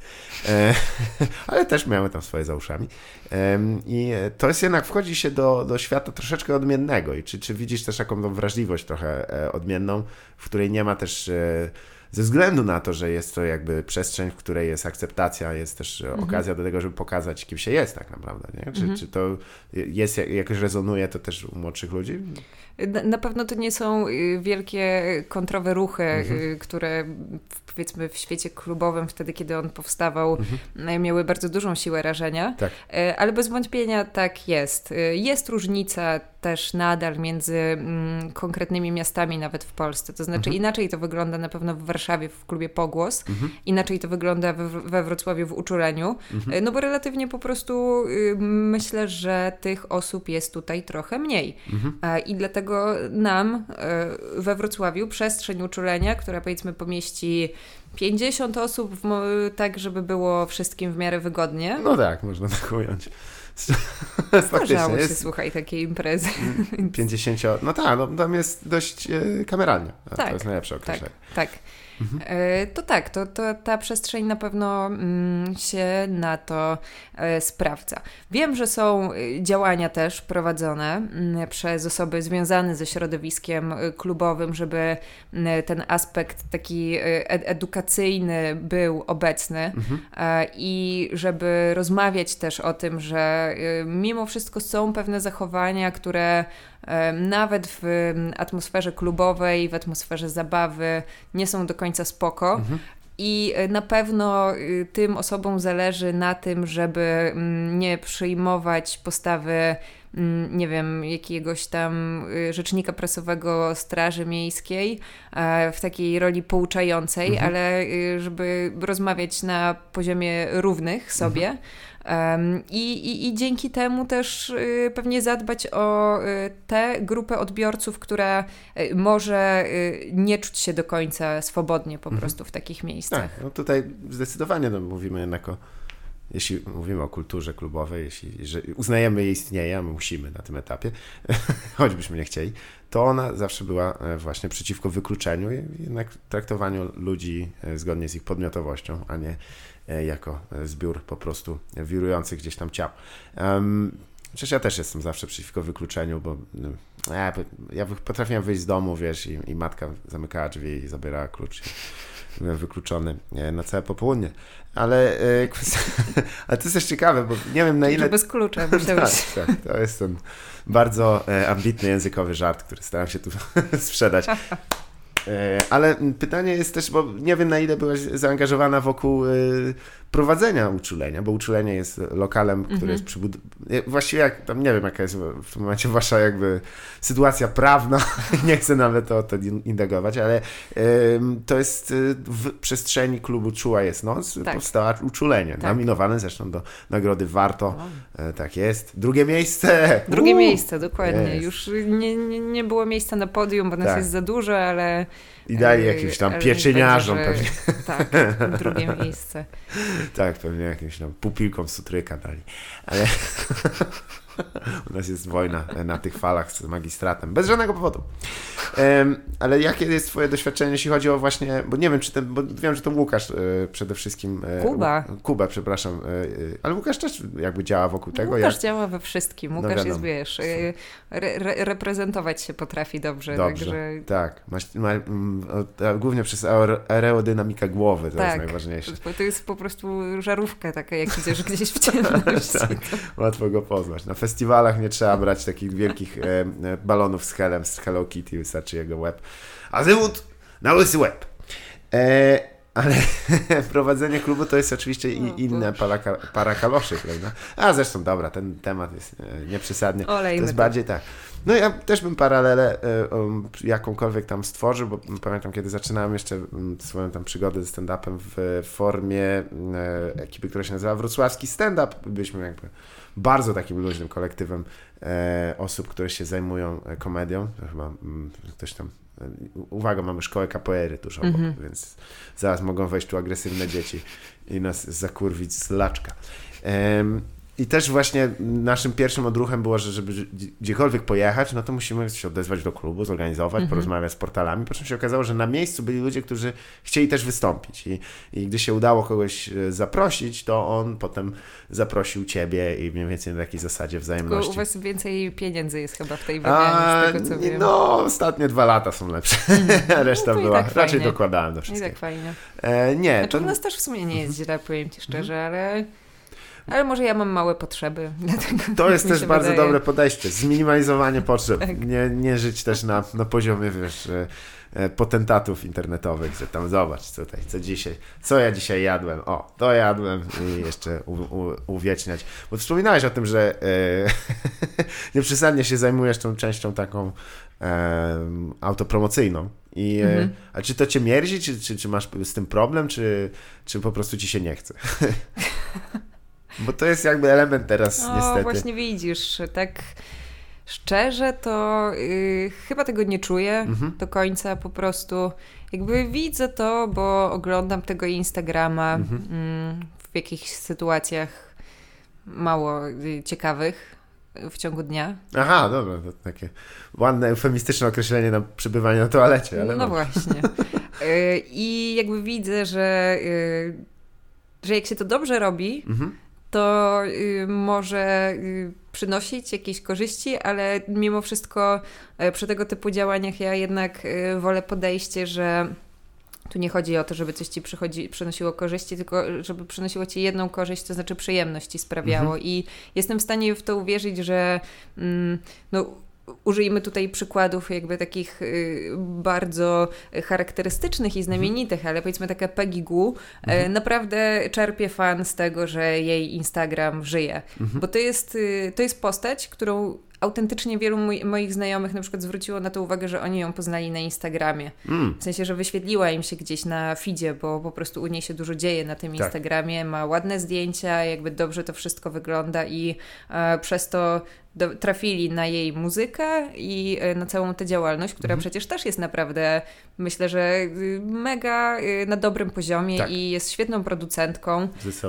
ale też miały tam swoje za uszami. I to jest jednak, wchodzi się do świata troszeczkę odmiennego i czy widzisz też taką wrażliwość trochę odmienną, w której nie ma też ze względu na to, że jest to jakby przestrzeń, w której jest akceptacja, jest też okazja do tego, żeby pokazać, kim się jest tak naprawdę, nie? Czy to jest, jakoś rezonuje to też u młodszych ludzi? Na pewno to nie są wielkie kontrowe ruchy, które powiedzmy w świecie klubowym wtedy, kiedy on powstawał, miały bardzo dużą siłę rażenia, tak. Ale bez wątpienia tak jest. Jest różnica też nadal między konkretnymi miastami nawet w Polsce. To znaczy inaczej to wygląda na pewno w Warszawie w klubie Pogłos, inaczej to wygląda we Wrocławiu w Uczuleniu, no bo relatywnie po prostu myślę, że tych osób jest tutaj trochę mniej. I dlatego nam we Wrocławiu przestrzeń uczulenia, która powiedzmy pomieści 50 osób, tak żeby było wszystkim w miarę wygodnie. No tak, można tak ująć. Zdarzało się, słuchaj, takiej imprezy. 50, no tak, no, tam jest dość kameralnie. Tak, to jest najlepsze określenie. Tak. To ta przestrzeń na pewno się na to sprawdza. Wiem, że są działania też prowadzone przez osoby związane ze środowiskiem klubowym, żeby ten aspekt taki edukacyjny był obecny i żeby rozmawiać też o tym, że mimo wszystko są pewne zachowania, które nawet w atmosferze klubowej, w atmosferze zabawy nie są do końca spoko. I na pewno tym osobom zależy na tym, żeby nie przyjmować postawy, nie wiem, jakiegoś tam rzecznika prasowego Straży Miejskiej w takiej roli pouczającej, ale żeby rozmawiać na poziomie równych sobie. I dzięki temu też pewnie zadbać o tę grupę odbiorców, która może nie czuć się do końca swobodnie po prostu w takich miejscach. Tak, no tutaj zdecydowanie mówimy jednak jeśli mówimy o kulturze klubowej, że uznajemy jej istnienie, a my musimy na tym etapie, choćbyśmy nie chcieli, to ona zawsze była właśnie przeciwko wykluczeniu i jednak traktowaniu ludzi zgodnie z ich podmiotowością, a nie jako zbiór po prostu wirujących gdzieś tam ciał. Przecież ja też jestem zawsze przeciwko wykluczeniu, bo ja potrafiłem wyjść z domu, wiesz, i matka zamykała drzwi i zabierała klucz. Byłem wykluczony na całe popołudnie. Ale to jest też ciekawe, bo nie wiem na ile... Bez klucza musiałeś. Tak, to jest ten bardzo ambitny językowy żart, który staram się tu sprzedać. Ale pytanie jest też, bo nie wiem na ile byłaś zaangażowana wokół prowadzenia uczulenia, bo uczulenie jest lokalem, który jest właściwie tam nie wiem jaka jest w tym momencie wasza jakby sytuacja prawna, nie chcę nawet o to indagować, ale to jest w przestrzeni klubu Czuła jest Noc, powstała uczulenie, nominowane zresztą do nagrody Warto, tak jest. Drugie miejsce! Drugie miejsce, dokładnie. Już nie było miejsca na podium, bo nas jest za dużo, ale... I dali jakimś tam pieczeniarzom pewnie. Tak, drugie miejsce. Tak, pewnie jakimś tam pupilkom sutryka dali. Ale u nas jest wojna na tych falach z magistratem. Bez żadnego powodu. Ale jakie jest twoje doświadczenie, jeśli chodzi o właśnie, bo nie wiem, bo wiem, że to Łukasz przede wszystkim... Kuba, przepraszam. Ale Łukasz też jakby działa wokół tego. Łukasz działa we wszystkim. Łukasz jest, wiesz, reprezentować się potrafi dobrze. Także... Tak. Głównie przez aerodynamikę głowy, to jest najważniejsze. To jest po prostu żarówka taka, jak idziesz gdzieś w ciemności. Tak, łatwo go poznać. Na festiwalach nie trzeba brać takich wielkich balonów z Helem, z Hello Kitty, wystarczy jego łeb. Azymut na łysy łeb. Ale prowadzenie klubu to jest oczywiście inne para kaloszy, prawda? A zresztą dobra, ten temat jest nieprzesadnie. Olejmy to jest bardziej tak. No ja też bym paralelę jakąkolwiek tam stworzył, bo pamiętam, kiedy zaczynałem jeszcze swoją tam przygodę ze stand-upem w formie ekipy, która się nazywa Wrocławski Stand-Up. Byliśmy jakby bardzo takim luźnym kolektywem osób, które się zajmują komedią. To chyba ktoś tam... Uwaga, mamy szkołę capoeiry tuż obok, więc zaraz mogą wejść tu agresywne dzieci i nas zakurwić z laczka. I też właśnie naszym pierwszym odruchem było, że żeby gdziekolwiek pojechać, no to musimy się odezwać do klubu, zorganizować, porozmawiać z portalami, po czym się okazało, że na miejscu byli ludzie, którzy chcieli też wystąpić i gdy się udało kogoś zaprosić, to on potem zaprosił ciebie i mniej więcej na takiej zasadzie wzajemności. Tylko u was więcej pieniędzy jest chyba w tej wymianie, z tego co wiem. No, ostatnie 2 lata są lepsze. Reszta no była, tak raczej fajnie. dokładałem do wszystkiego. I tak fajnie. Nie. Znaczy u nas też w sumie nie jest źle, powiem ci szczerze, ale może ja mam małe potrzeby. Dlatego to jest też bardzo wydaje... dobre podejście. Zminimalizowanie potrzeb. Tak. Nie żyć też na poziomie, wiesz, potentatów internetowych, że tam zobacz tutaj, co ja dzisiaj jadłem. O, to jadłem i jeszcze uwieczniać. Bo wspominałeś o tym, że nieprzesadnie się zajmujesz tą częścią taką autopromocyjną. A czy to cię mierzi, czy masz z tym problem, czy po prostu ci się nie chce? Bo to jest jakby element teraz niestety. Właśnie widzisz, tak szczerze to chyba tego nie czuję do końca, po prostu jakby widzę to, bo oglądam tego Instagrama w jakichś sytuacjach mało ciekawych w ciągu dnia. Aha, dobra, to takie ładne, eufemistyczne określenie na przebywanie na toalecie. Ale no właśnie. I jakby widzę, że jak się to dobrze robi, to może przynosić jakieś korzyści, ale mimo wszystko przy tego typu działaniach ja jednak wolę podejście, że tu nie chodzi o to, żeby coś ci przynosiło korzyści, tylko żeby przynosiło ci jedną korzyść, to znaczy przyjemność ci sprawiało. I jestem w stanie w to uwierzyć, że użyjmy tutaj przykładów jakby takich bardzo charakterystycznych i znamienitych, ale powiedzmy taka Peggy Gou naprawdę czerpie fan z tego, że jej Instagram żyje. Bo to jest postać, którą autentycznie wielu moich znajomych na przykład zwróciło na to uwagę, że oni ją poznali na Instagramie. W sensie, że wyświetliła im się gdzieś na feedzie, bo po prostu u niej się dużo dzieje na tym Instagramie, ma ładne zdjęcia, jakby dobrze to wszystko wygląda i przez to trafili na jej muzykę i na całą tę działalność, która przecież też jest naprawdę, myślę, że mega na dobrym poziomie i jest świetną producentką.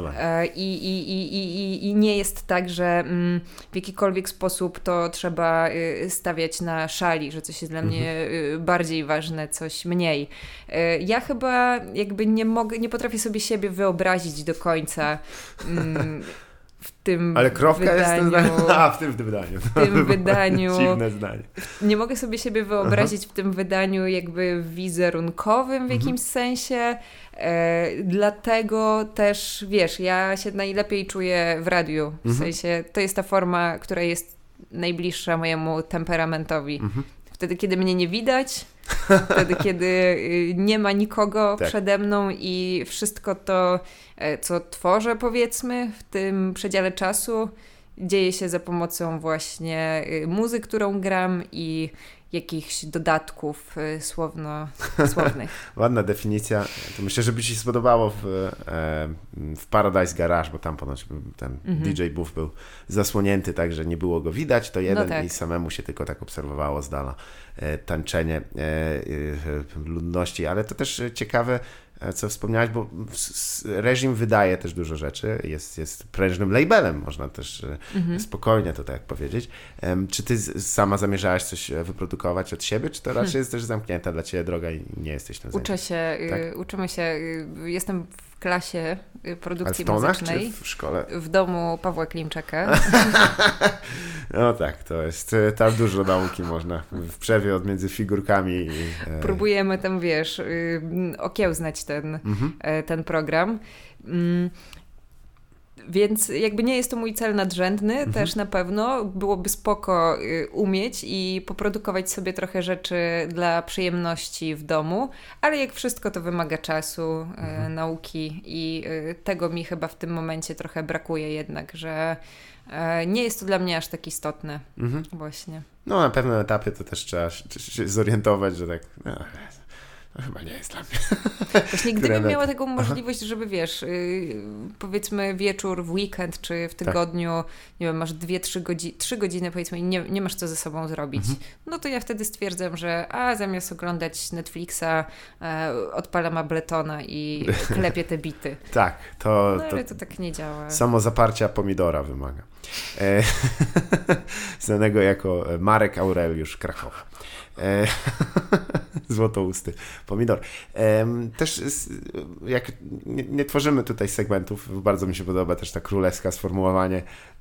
I nie jest tak, że w jakikolwiek sposób to trzeba stawiać na szali, że coś jest dla mnie bardziej ważne, coś mniej. Ja chyba jakby nie potrafię sobie siebie wyobrazić do końca w tym ale kropka wydaniu, jest w tym wydaniu. W tym wydaniu. Dziwne zdanie. Nie mogę sobie siebie wyobrazić w tym wydaniu jakby wizerunkowym w jakimś sensie. Dlatego też, wiesz, ja się najlepiej czuję w radiu. W sensie to jest ta forma, która jest najbliższa mojemu temperamentowi. Wtedy, kiedy mnie nie widać, wtedy, kiedy nie ma nikogo przede mną i wszystko to, co tworzę, powiedzmy, w tym przedziale czasu, dzieje się za pomocą właśnie muzy, którą gram i jakichś dodatków słownych. Ładna definicja. To myślę, że by Ci się spodobało w Paradise Garage, bo tam ponoć ten DJ Buff był zasłonięty, tak, że nie było go widać, to jeden i samemu się tylko tak obserwowało z dala tańczenie ludności, ale to też ciekawe, co wspomniałeś, bo reżim wydaje też dużo rzeczy, jest prężnym labelem, można też spokojnie to tak powiedzieć. Czy ty sama zamierzałaś coś wyprodukować od siebie, czy to raczej jest też zamknięta dla ciebie droga i nie jesteś tym Uczymy się, jestem w klasie produkcji ale w tonach, muzycznej. Czy w szkole? W domu Pawła Klimczaka. No tak, to jest, tam dużo nauki można w przerwie między figurkami. Próbujemy tam, wiesz, okiełznać ten program. Więc jakby nie jest to mój cel nadrzędny, też na pewno. Byłoby spoko umieć i poprodukować sobie trochę rzeczy dla przyjemności w domu, ale jak wszystko to wymaga czasu, nauki i tego mi chyba w tym momencie trochę brakuje jednak, że nie jest to dla mnie aż tak istotne właśnie. No na pewnym etapie to też trzeba się zorientować, że tak... No, chyba nie jest dla mnie. Właśnie gdybym miała taką możliwość, żeby wiesz, powiedzmy wieczór w weekend czy w tygodniu, nie wiem, masz 3 godziny powiedzmy i nie masz co ze sobą zrobić, no to ja wtedy stwierdzam, że zamiast oglądać Netflixa, odpalam Abletona i klepię te bity. Tak, ale to tak nie działa. Samo zaparcia pomidora wymaga. Znanego jako Marek Aureliusz Krakowa. Złotousty pomidor. Też jak nie tworzymy tutaj segmentów, bardzo mi się podoba też ta królewska sformułowanie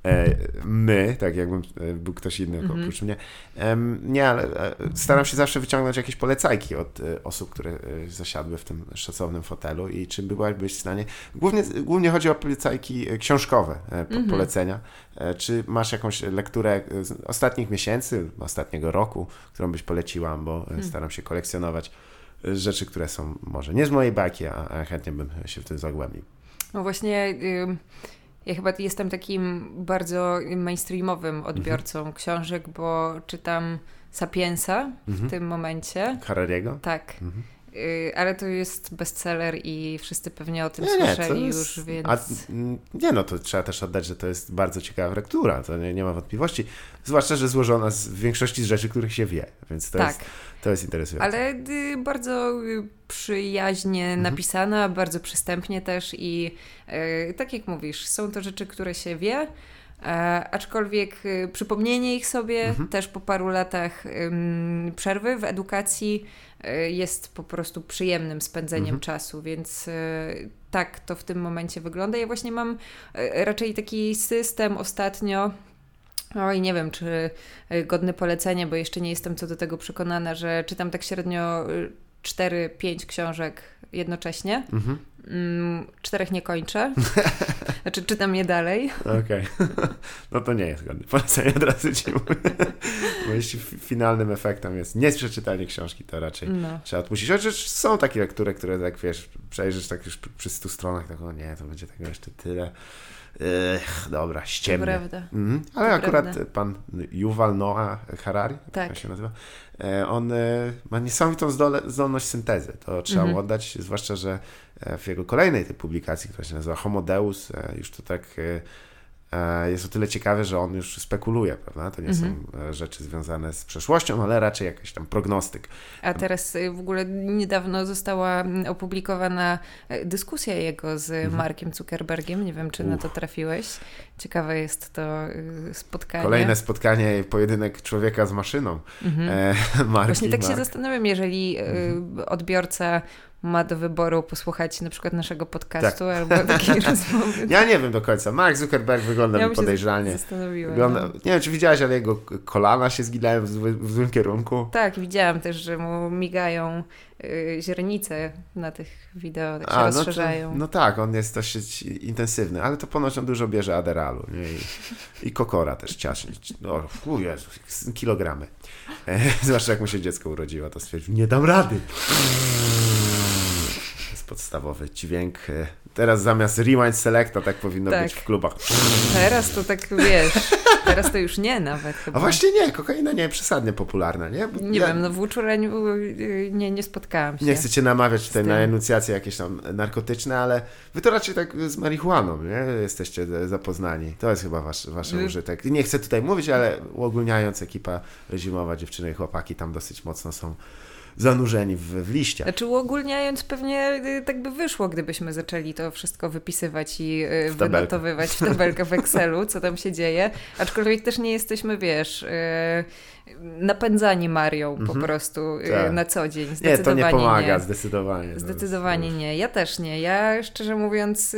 my, tak jakbym był ktoś inny oprócz mnie. Nie, ale staram się zawsze wyciągnąć jakieś polecajki od osób, które zasiadły w tym szacownym fotelu i czy byłabyś w stanie, głównie chodzi o polecajki książkowe, polecenia. Czy masz jakąś lekturę z ostatnich miesięcy, ostatniego roku, którą byś poleciła, bo staram się kolekcjonować rzeczy, które są może nie z mojej bajki, a chętnie bym się w tym zagłębił. No właśnie, ja chyba jestem takim bardzo mainstreamowym odbiorcą książek, bo czytam Sapiensa w tym momencie. Harariego? Tak. Ale to jest bestseller i wszyscy pewnie o tym słyszeli już, więc... to trzeba też oddać, że to jest bardzo ciekawa lektura, to nie ma wątpliwości, zwłaszcza, że złożona z większości z rzeczy, których się wie, więc to jest interesujące. Ale bardzo przyjaźnie napisana, bardzo przystępnie też i tak jak mówisz, są to rzeczy, które się wie, aczkolwiek przypomnienie ich sobie też po paru latach przerwy w edukacji jest po prostu przyjemnym spędzeniem czasu, więc tak to w tym momencie wygląda. Ja właśnie mam raczej taki system ostatnio, nie wiem, czy godny polecenia, bo jeszcze nie jestem co do tego przekonana, że czytam tak średnio 4-5 książek jednocześnie. 4 nie kończę. Znaczy czytam je dalej. Okej. No to nie jest godne polecenie, od razu ci mówię. Bo jeśli finalnym efektem jest nieprzeczytanie książki, to raczej trzeba odpuścić. Chociaż są takie lektury, które tak wiesz, przejrzysz tak już przy 100 stronach, tak to będzie tego jeszcze tyle. Dobra, ściemnie. To prawda. Ale to akurat pan Yuval Noah Harari, tak się nazywa, on ma niesamowitą zdolność syntezy. To trzeba mu oddać, zwłaszcza, że w jego kolejnej tej publikacji, która się nazywa Homo Deus, już to tak jest o tyle ciekawe, że on już spekuluje, prawda? To nie są rzeczy związane z przeszłością, ale raczej jakiś tam prognostyk. A teraz w ogóle niedawno została opublikowana dyskusja jego z Markiem Zuckerbergiem. Nie wiem, czy na to trafiłeś. Ciekawe jest to spotkanie. Kolejne spotkanie, pojedynek człowieka z maszyną. Właśnie tak się zastanawiam, jeżeli odbiorca ma do wyboru posłuchać na przykład naszego podcastu albo takiej rozmowy. Ja nie wiem do końca. Mark Zuckerberg wygląda mi podejrzanie. Zastanowiłem. Nie wiem, czy widziałaś, ale jego kolana się zginają w złym kierunku. Tak, widziałam też, że mu migają źrenice na tych wideo, tak się rozszerzają. No tak, on jest dosyć intensywny, ale to ponoć on dużo bierze Aderalu, nie? I kokora też ciaśnie. O Jezu, kilogramy. Zwłaszcza jak mu się dziecko urodziło, to stwierdził, nie dam rady. To jest podstawowy dźwięk. Teraz zamiast rewind selecta tak powinno być w klubach. Teraz to tak wiesz, teraz to już nie nawet chyba. A właśnie nie, kokaina nie przesadnie popularna, nie? Nie wiem, w uczuleniu nie spotkałam się. Nie chcę cię namawiać tutaj na enuncjacje jakieś tam narkotyczne, ale wy to raczej tak z marihuaną, nie? Jesteście zapoznani. To jest chyba wasz użytek. Nie chcę tutaj mówić, ale uogólniając, ekipa zimowa, dziewczyny i chłopaki tam dosyć mocno są zanurzeni w liściach. Znaczy uogólniając pewnie tak by wyszło, gdybyśmy zaczęli to wszystko wypisywać i wynotowywać w tabelkę w Excelu, co tam się dzieje. Aczkolwiek też nie jesteśmy, wiesz, napędzani Marią po prostu na co dzień. Nie, to nie pomaga, zdecydowanie. Zdecydowanie nie. Ja też nie. Ja szczerze mówiąc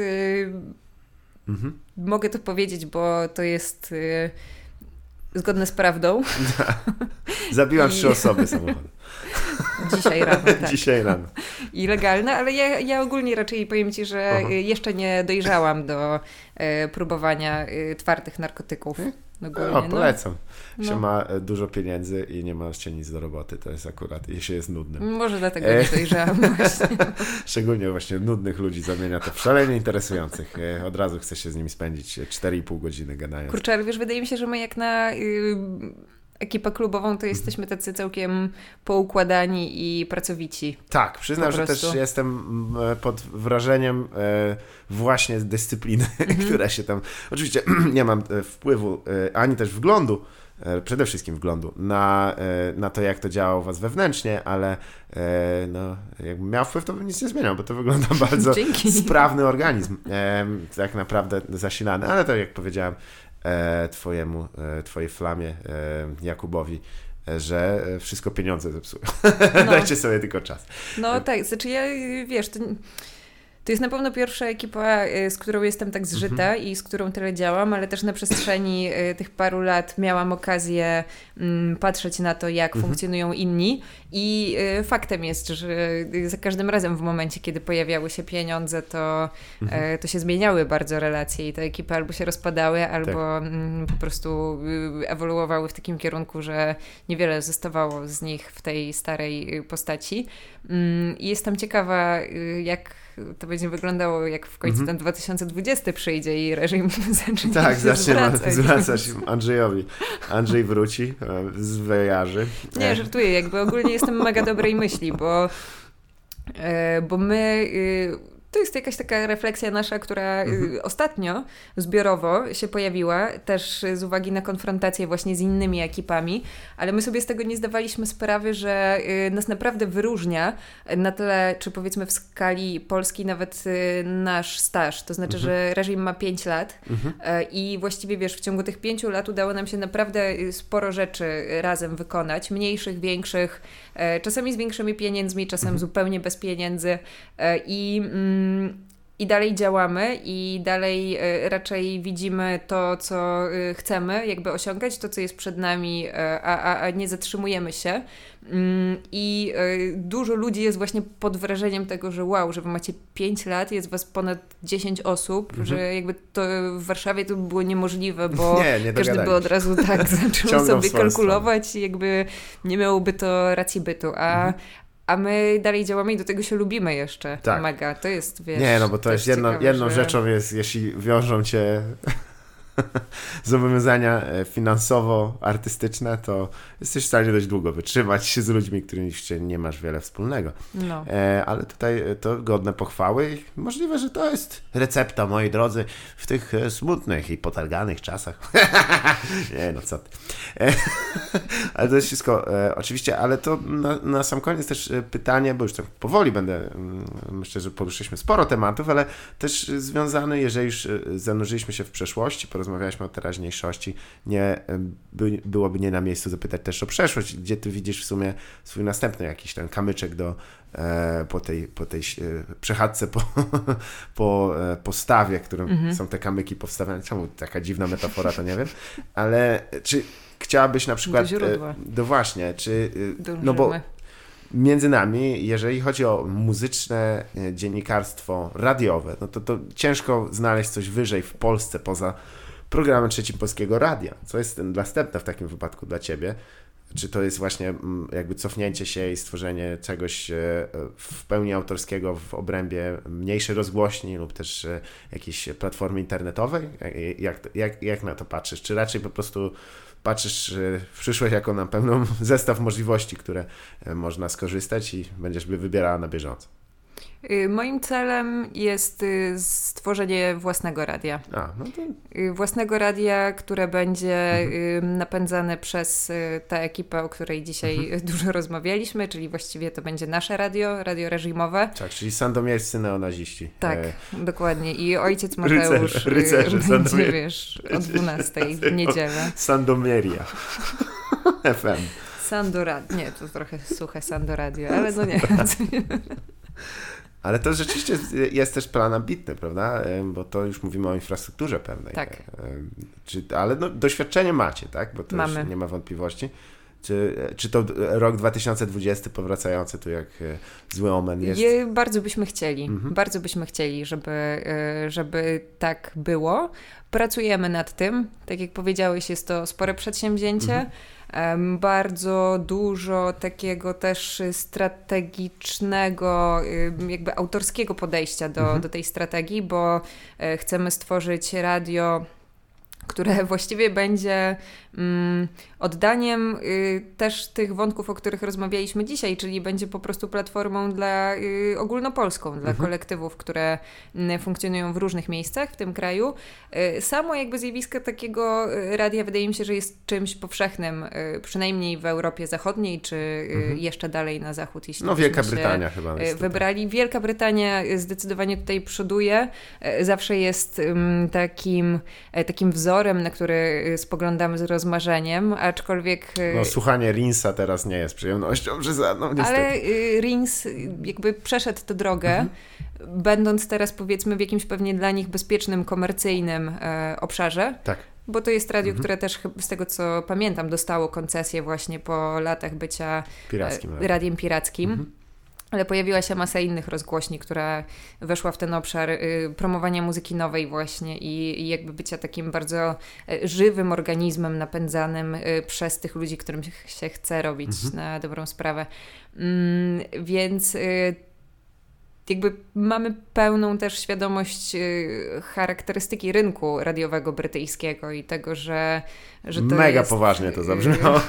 mogę to powiedzieć, bo to jest zgodne z prawdą. Zabiłam 3 osoby samochodem. Dzisiaj rano, tak. Dzisiaj rano. I legalne, ale ja ogólnie raczej powiem Ci, że jeszcze nie dojrzałam do próbowania twardych narkotyków. Ogólnie, polecam. Się ma dużo pieniędzy i nie ma się nic do roboty. To jest akurat, jeśli jest nudnym. Może dlatego nie dojrzałam właśnie. Szczególnie właśnie nudnych ludzi zamienia to w szalenie interesujących. Od razu chce się z nimi spędzić 4,5 godziny gadając. Kurczę, ale wiesz, wydaje mi się, że my jak na ekipę klubową to jesteśmy tacy całkiem poukładani i pracowici. Tak, przyznam, że też jestem pod wrażeniem właśnie dyscypliny, która się tam... Oczywiście nie mam wpływu ani też wglądu, przede wszystkim wglądu na to, jak to działa u was wewnętrznie, ale jakbym miał wpływ, to bym nic nie zmieniał, bo to wygląda bardzo sprawny organizm, tak naprawdę zasilany, ale to jak powiedziałem twojej flamie Jakubowi, że wszystko pieniądze zepsują. Dajcie sobie tylko czas. No tak, znaczy wiesz, to jest na pewno pierwsza ekipa, z którą jestem tak zżyta i z którą tyle działam, ale też na przestrzeni tych paru lat miałam okazję patrzeć na to, jak funkcjonują inni i faktem jest, że za każdym razem w momencie, kiedy pojawiały się pieniądze, to się zmieniały bardzo relacje i te ekipy albo się rozpadały, albo po prostu ewoluowały w takim kierunku, że niewiele zostawało z nich w tej starej postaci. I jestem ciekawa, jak to będzie wyglądało, jak w końcu ten 2020 przyjdzie i reżim zacznie zwracać Andrzejowi. Andrzej wróci z wejarzy. Nie, żartuję, jakby ogólnie jestem mega dobrej myśli, bo my... To jest jakaś taka refleksja nasza, która ostatnio zbiorowo się pojawiła, też z uwagi na konfrontację właśnie z innymi ekipami, ale my sobie z tego nie zdawaliśmy sprawy, że nas naprawdę wyróżnia na tle, czy powiedzmy w skali Polski nawet nasz staż. To znaczy, że reżim ma 5 lat i właściwie wiesz, w ciągu tych 5 lat udało nam się naprawdę sporo rzeczy razem wykonać, mniejszych, większych, czasami z większymi pieniędzmi, czasem zupełnie bez pieniędzy i dalej działamy i dalej raczej widzimy to, co chcemy jakby osiągać, to, co jest przed nami, a nie zatrzymujemy się. I dużo ludzi jest właśnie pod wrażeniem tego, że wow, że wy macie 5 lat, jest was ponad 10 osób, że jakby to w Warszawie to było niemożliwe, bo nie każdy by od razu tak zaczął sobie kalkulować i jakby nie miałoby to racji bytu, a my dalej działamy i do tego się lubimy jeszcze. Tak. Mega. To jest, wiesz... Nie, no bo to jest jedną rzeczą jest, jeśli wiążą cię zobowiązania finansowo-artystyczne, to jesteś w stanie dość długo wytrzymać się z ludźmi, którymi nie masz wiele wspólnego. No. Ale tutaj to godne pochwały. Możliwe, że to jest recepta, moi drodzy, w tych smutnych i potarganych czasach. Nie, no co ty. Ale to jest wszystko oczywiście, ale to na sam koniec też pytanie, bo już tak powoli myślę, że poruszyliśmy sporo tematów, ale też związane, jeżeli już zanurzyliśmy się w przeszłości, porozmawialiśmy o teraźniejszości, byłoby nie na miejscu zapytać też o przeszłość, gdzie ty widzisz w sumie swój następny jakiś ten kamyczek po tej przechadzce po stawie, którym są te kamyki powstawiane. Czemu taka dziwna metafora, to nie wiem, ale czy chciałabyś na przykład... Do źródła. Właśnie, czy... No bo między nami, jeżeli chodzi o muzyczne dziennikarstwo radiowe, no to ciężko znaleźć coś wyżej w Polsce poza programem Trzecim Polskiego Radia. Co jest następne w takim wypadku dla ciebie? Czy to jest właśnie jakby cofnięcie się i stworzenie czegoś w pełni autorskiego w obrębie mniejszej rozgłośni lub też jakiejś platformy internetowej? Jak na to patrzysz? Czy raczej po prostu patrzysz w przyszłość jako na pewną zestaw możliwości, które można skorzystać i będziesz wybierała na bieżąco? Moim celem jest stworzenie własnego radia. Własnego radia, które będzie napędzane przez tę ekipę, o której dzisiaj dużo rozmawialiśmy, czyli właściwie to będzie nasze radio reżimowe. Tak, czyli sandomierscy neonaziści. Tak, dokładnie. I ojciec Mateusz rycerze będzie, wiesz, o 12:00 w niedzielę. Sandomieria FM. Nie, to trochę suche Sandoradio, ale no nie. Ale to rzeczywiście jest też plan ambitny, prawda? Bo to już mówimy o infrastrukturze pewnej. Tak. Ale doświadczenie macie, tak? Bo to Mamy. już nie ma wątpliwości. Czy to rok 2020 powracający tu jak zły omen jest? Bardzo byśmy chcieli, bardzo byśmy chcieli, żeby tak było. Pracujemy nad tym. Tak jak powiedziałeś, jest to spore przedsięwzięcie. Bardzo dużo takiego też strategicznego, jakby autorskiego podejścia do tej strategii, bo chcemy stworzyć radio, które właściwie będzie oddaniem też tych wątków, o których rozmawialiśmy dzisiaj, czyli będzie po prostu platformą ogólnopolską, dla kolektywów, które funkcjonują w różnych miejscach w tym kraju. Samo jakby zjawisko takiego radia wydaje mi się, że jest czymś powszechnym, przynajmniej w Europie Zachodniej, czy jeszcze dalej na zachód, jeśli Wielka Brytania chyba jest wybrali. Tutaj. Wielka Brytania zdecydowanie tutaj przoduje. Zawsze jest takim wzorem, na który spoglądamy z rozmarzeniem, aczkolwiek... słuchanie Rinsa teraz nie jest przyjemnością żadną, niestety. Ale Rins jakby przeszedł tę drogę, będąc teraz powiedzmy w jakimś pewnie dla nich bezpiecznym, komercyjnym obszarze. Tak. Bo to jest radio, które też z tego co pamiętam dostało koncesję właśnie po latach bycia radiem pirackim. Ale pojawiła się masa innych rozgłośni, która weszła w ten obszar promowania muzyki nowej właśnie i jakby bycia takim bardzo żywym organizmem napędzanym przez tych ludzi, którym się chce robić na dobrą sprawę. Więc jakby mamy pełną też świadomość charakterystyki rynku radiowego brytyjskiego i tego, że to mega jest... poważnie to zabrzmiało.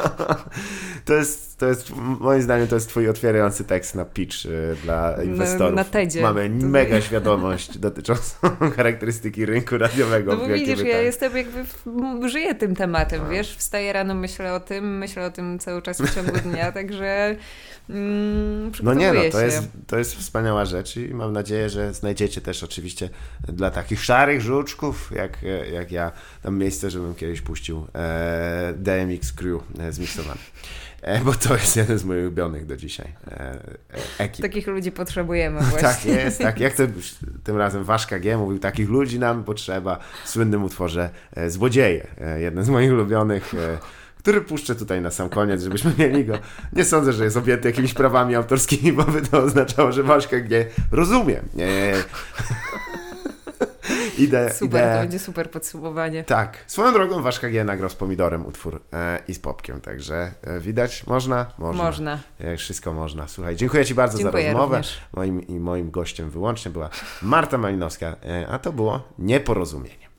To jest, moim zdaniem, to jest twój otwierający tekst na pitch dla inwestorów. Na TEDzie. Mamy mega świadomość dotyczącą charakterystyki rynku radiowego. No bo widzisz, ja jestem jakby, żyję tym tematem, wiesz, wstaję rano, myślę o tym cały czas w ciągu dnia, także przygotowuję się. To jest wspaniała rzecz i mam nadzieję, że znajdziecie też oczywiście dla takich szarych żuczków, jak ja, tam miejsce, żebym kiedyś puścił DMX Crew zmiksowany. Bo to jest jeden z moich ulubionych do dzisiaj ekip. Takich ludzi potrzebujemy właśnie. Tak jest, tak. Ja chcę tym razem Waszka G mówił, takich ludzi nam potrzeba w słynnym utworze Złodzieje. Jeden z moich ulubionych, który puszczę tutaj na sam koniec, żebyśmy mieli go. Nie sądzę, że jest objęty jakimiś prawami autorskimi, bo by to oznaczało, że Waszka G rozumiem. To będzie super podsumowanie. Tak. Swoją drogą Waszka G nagrał z Pomidorem utwór i z Popkiem, także widać, można. Wszystko można. Słuchaj, dziękuję Ci bardzo za rozmowę. Moim gościem wyłącznie była Marta Malinowska, a to było Nieporozumienie.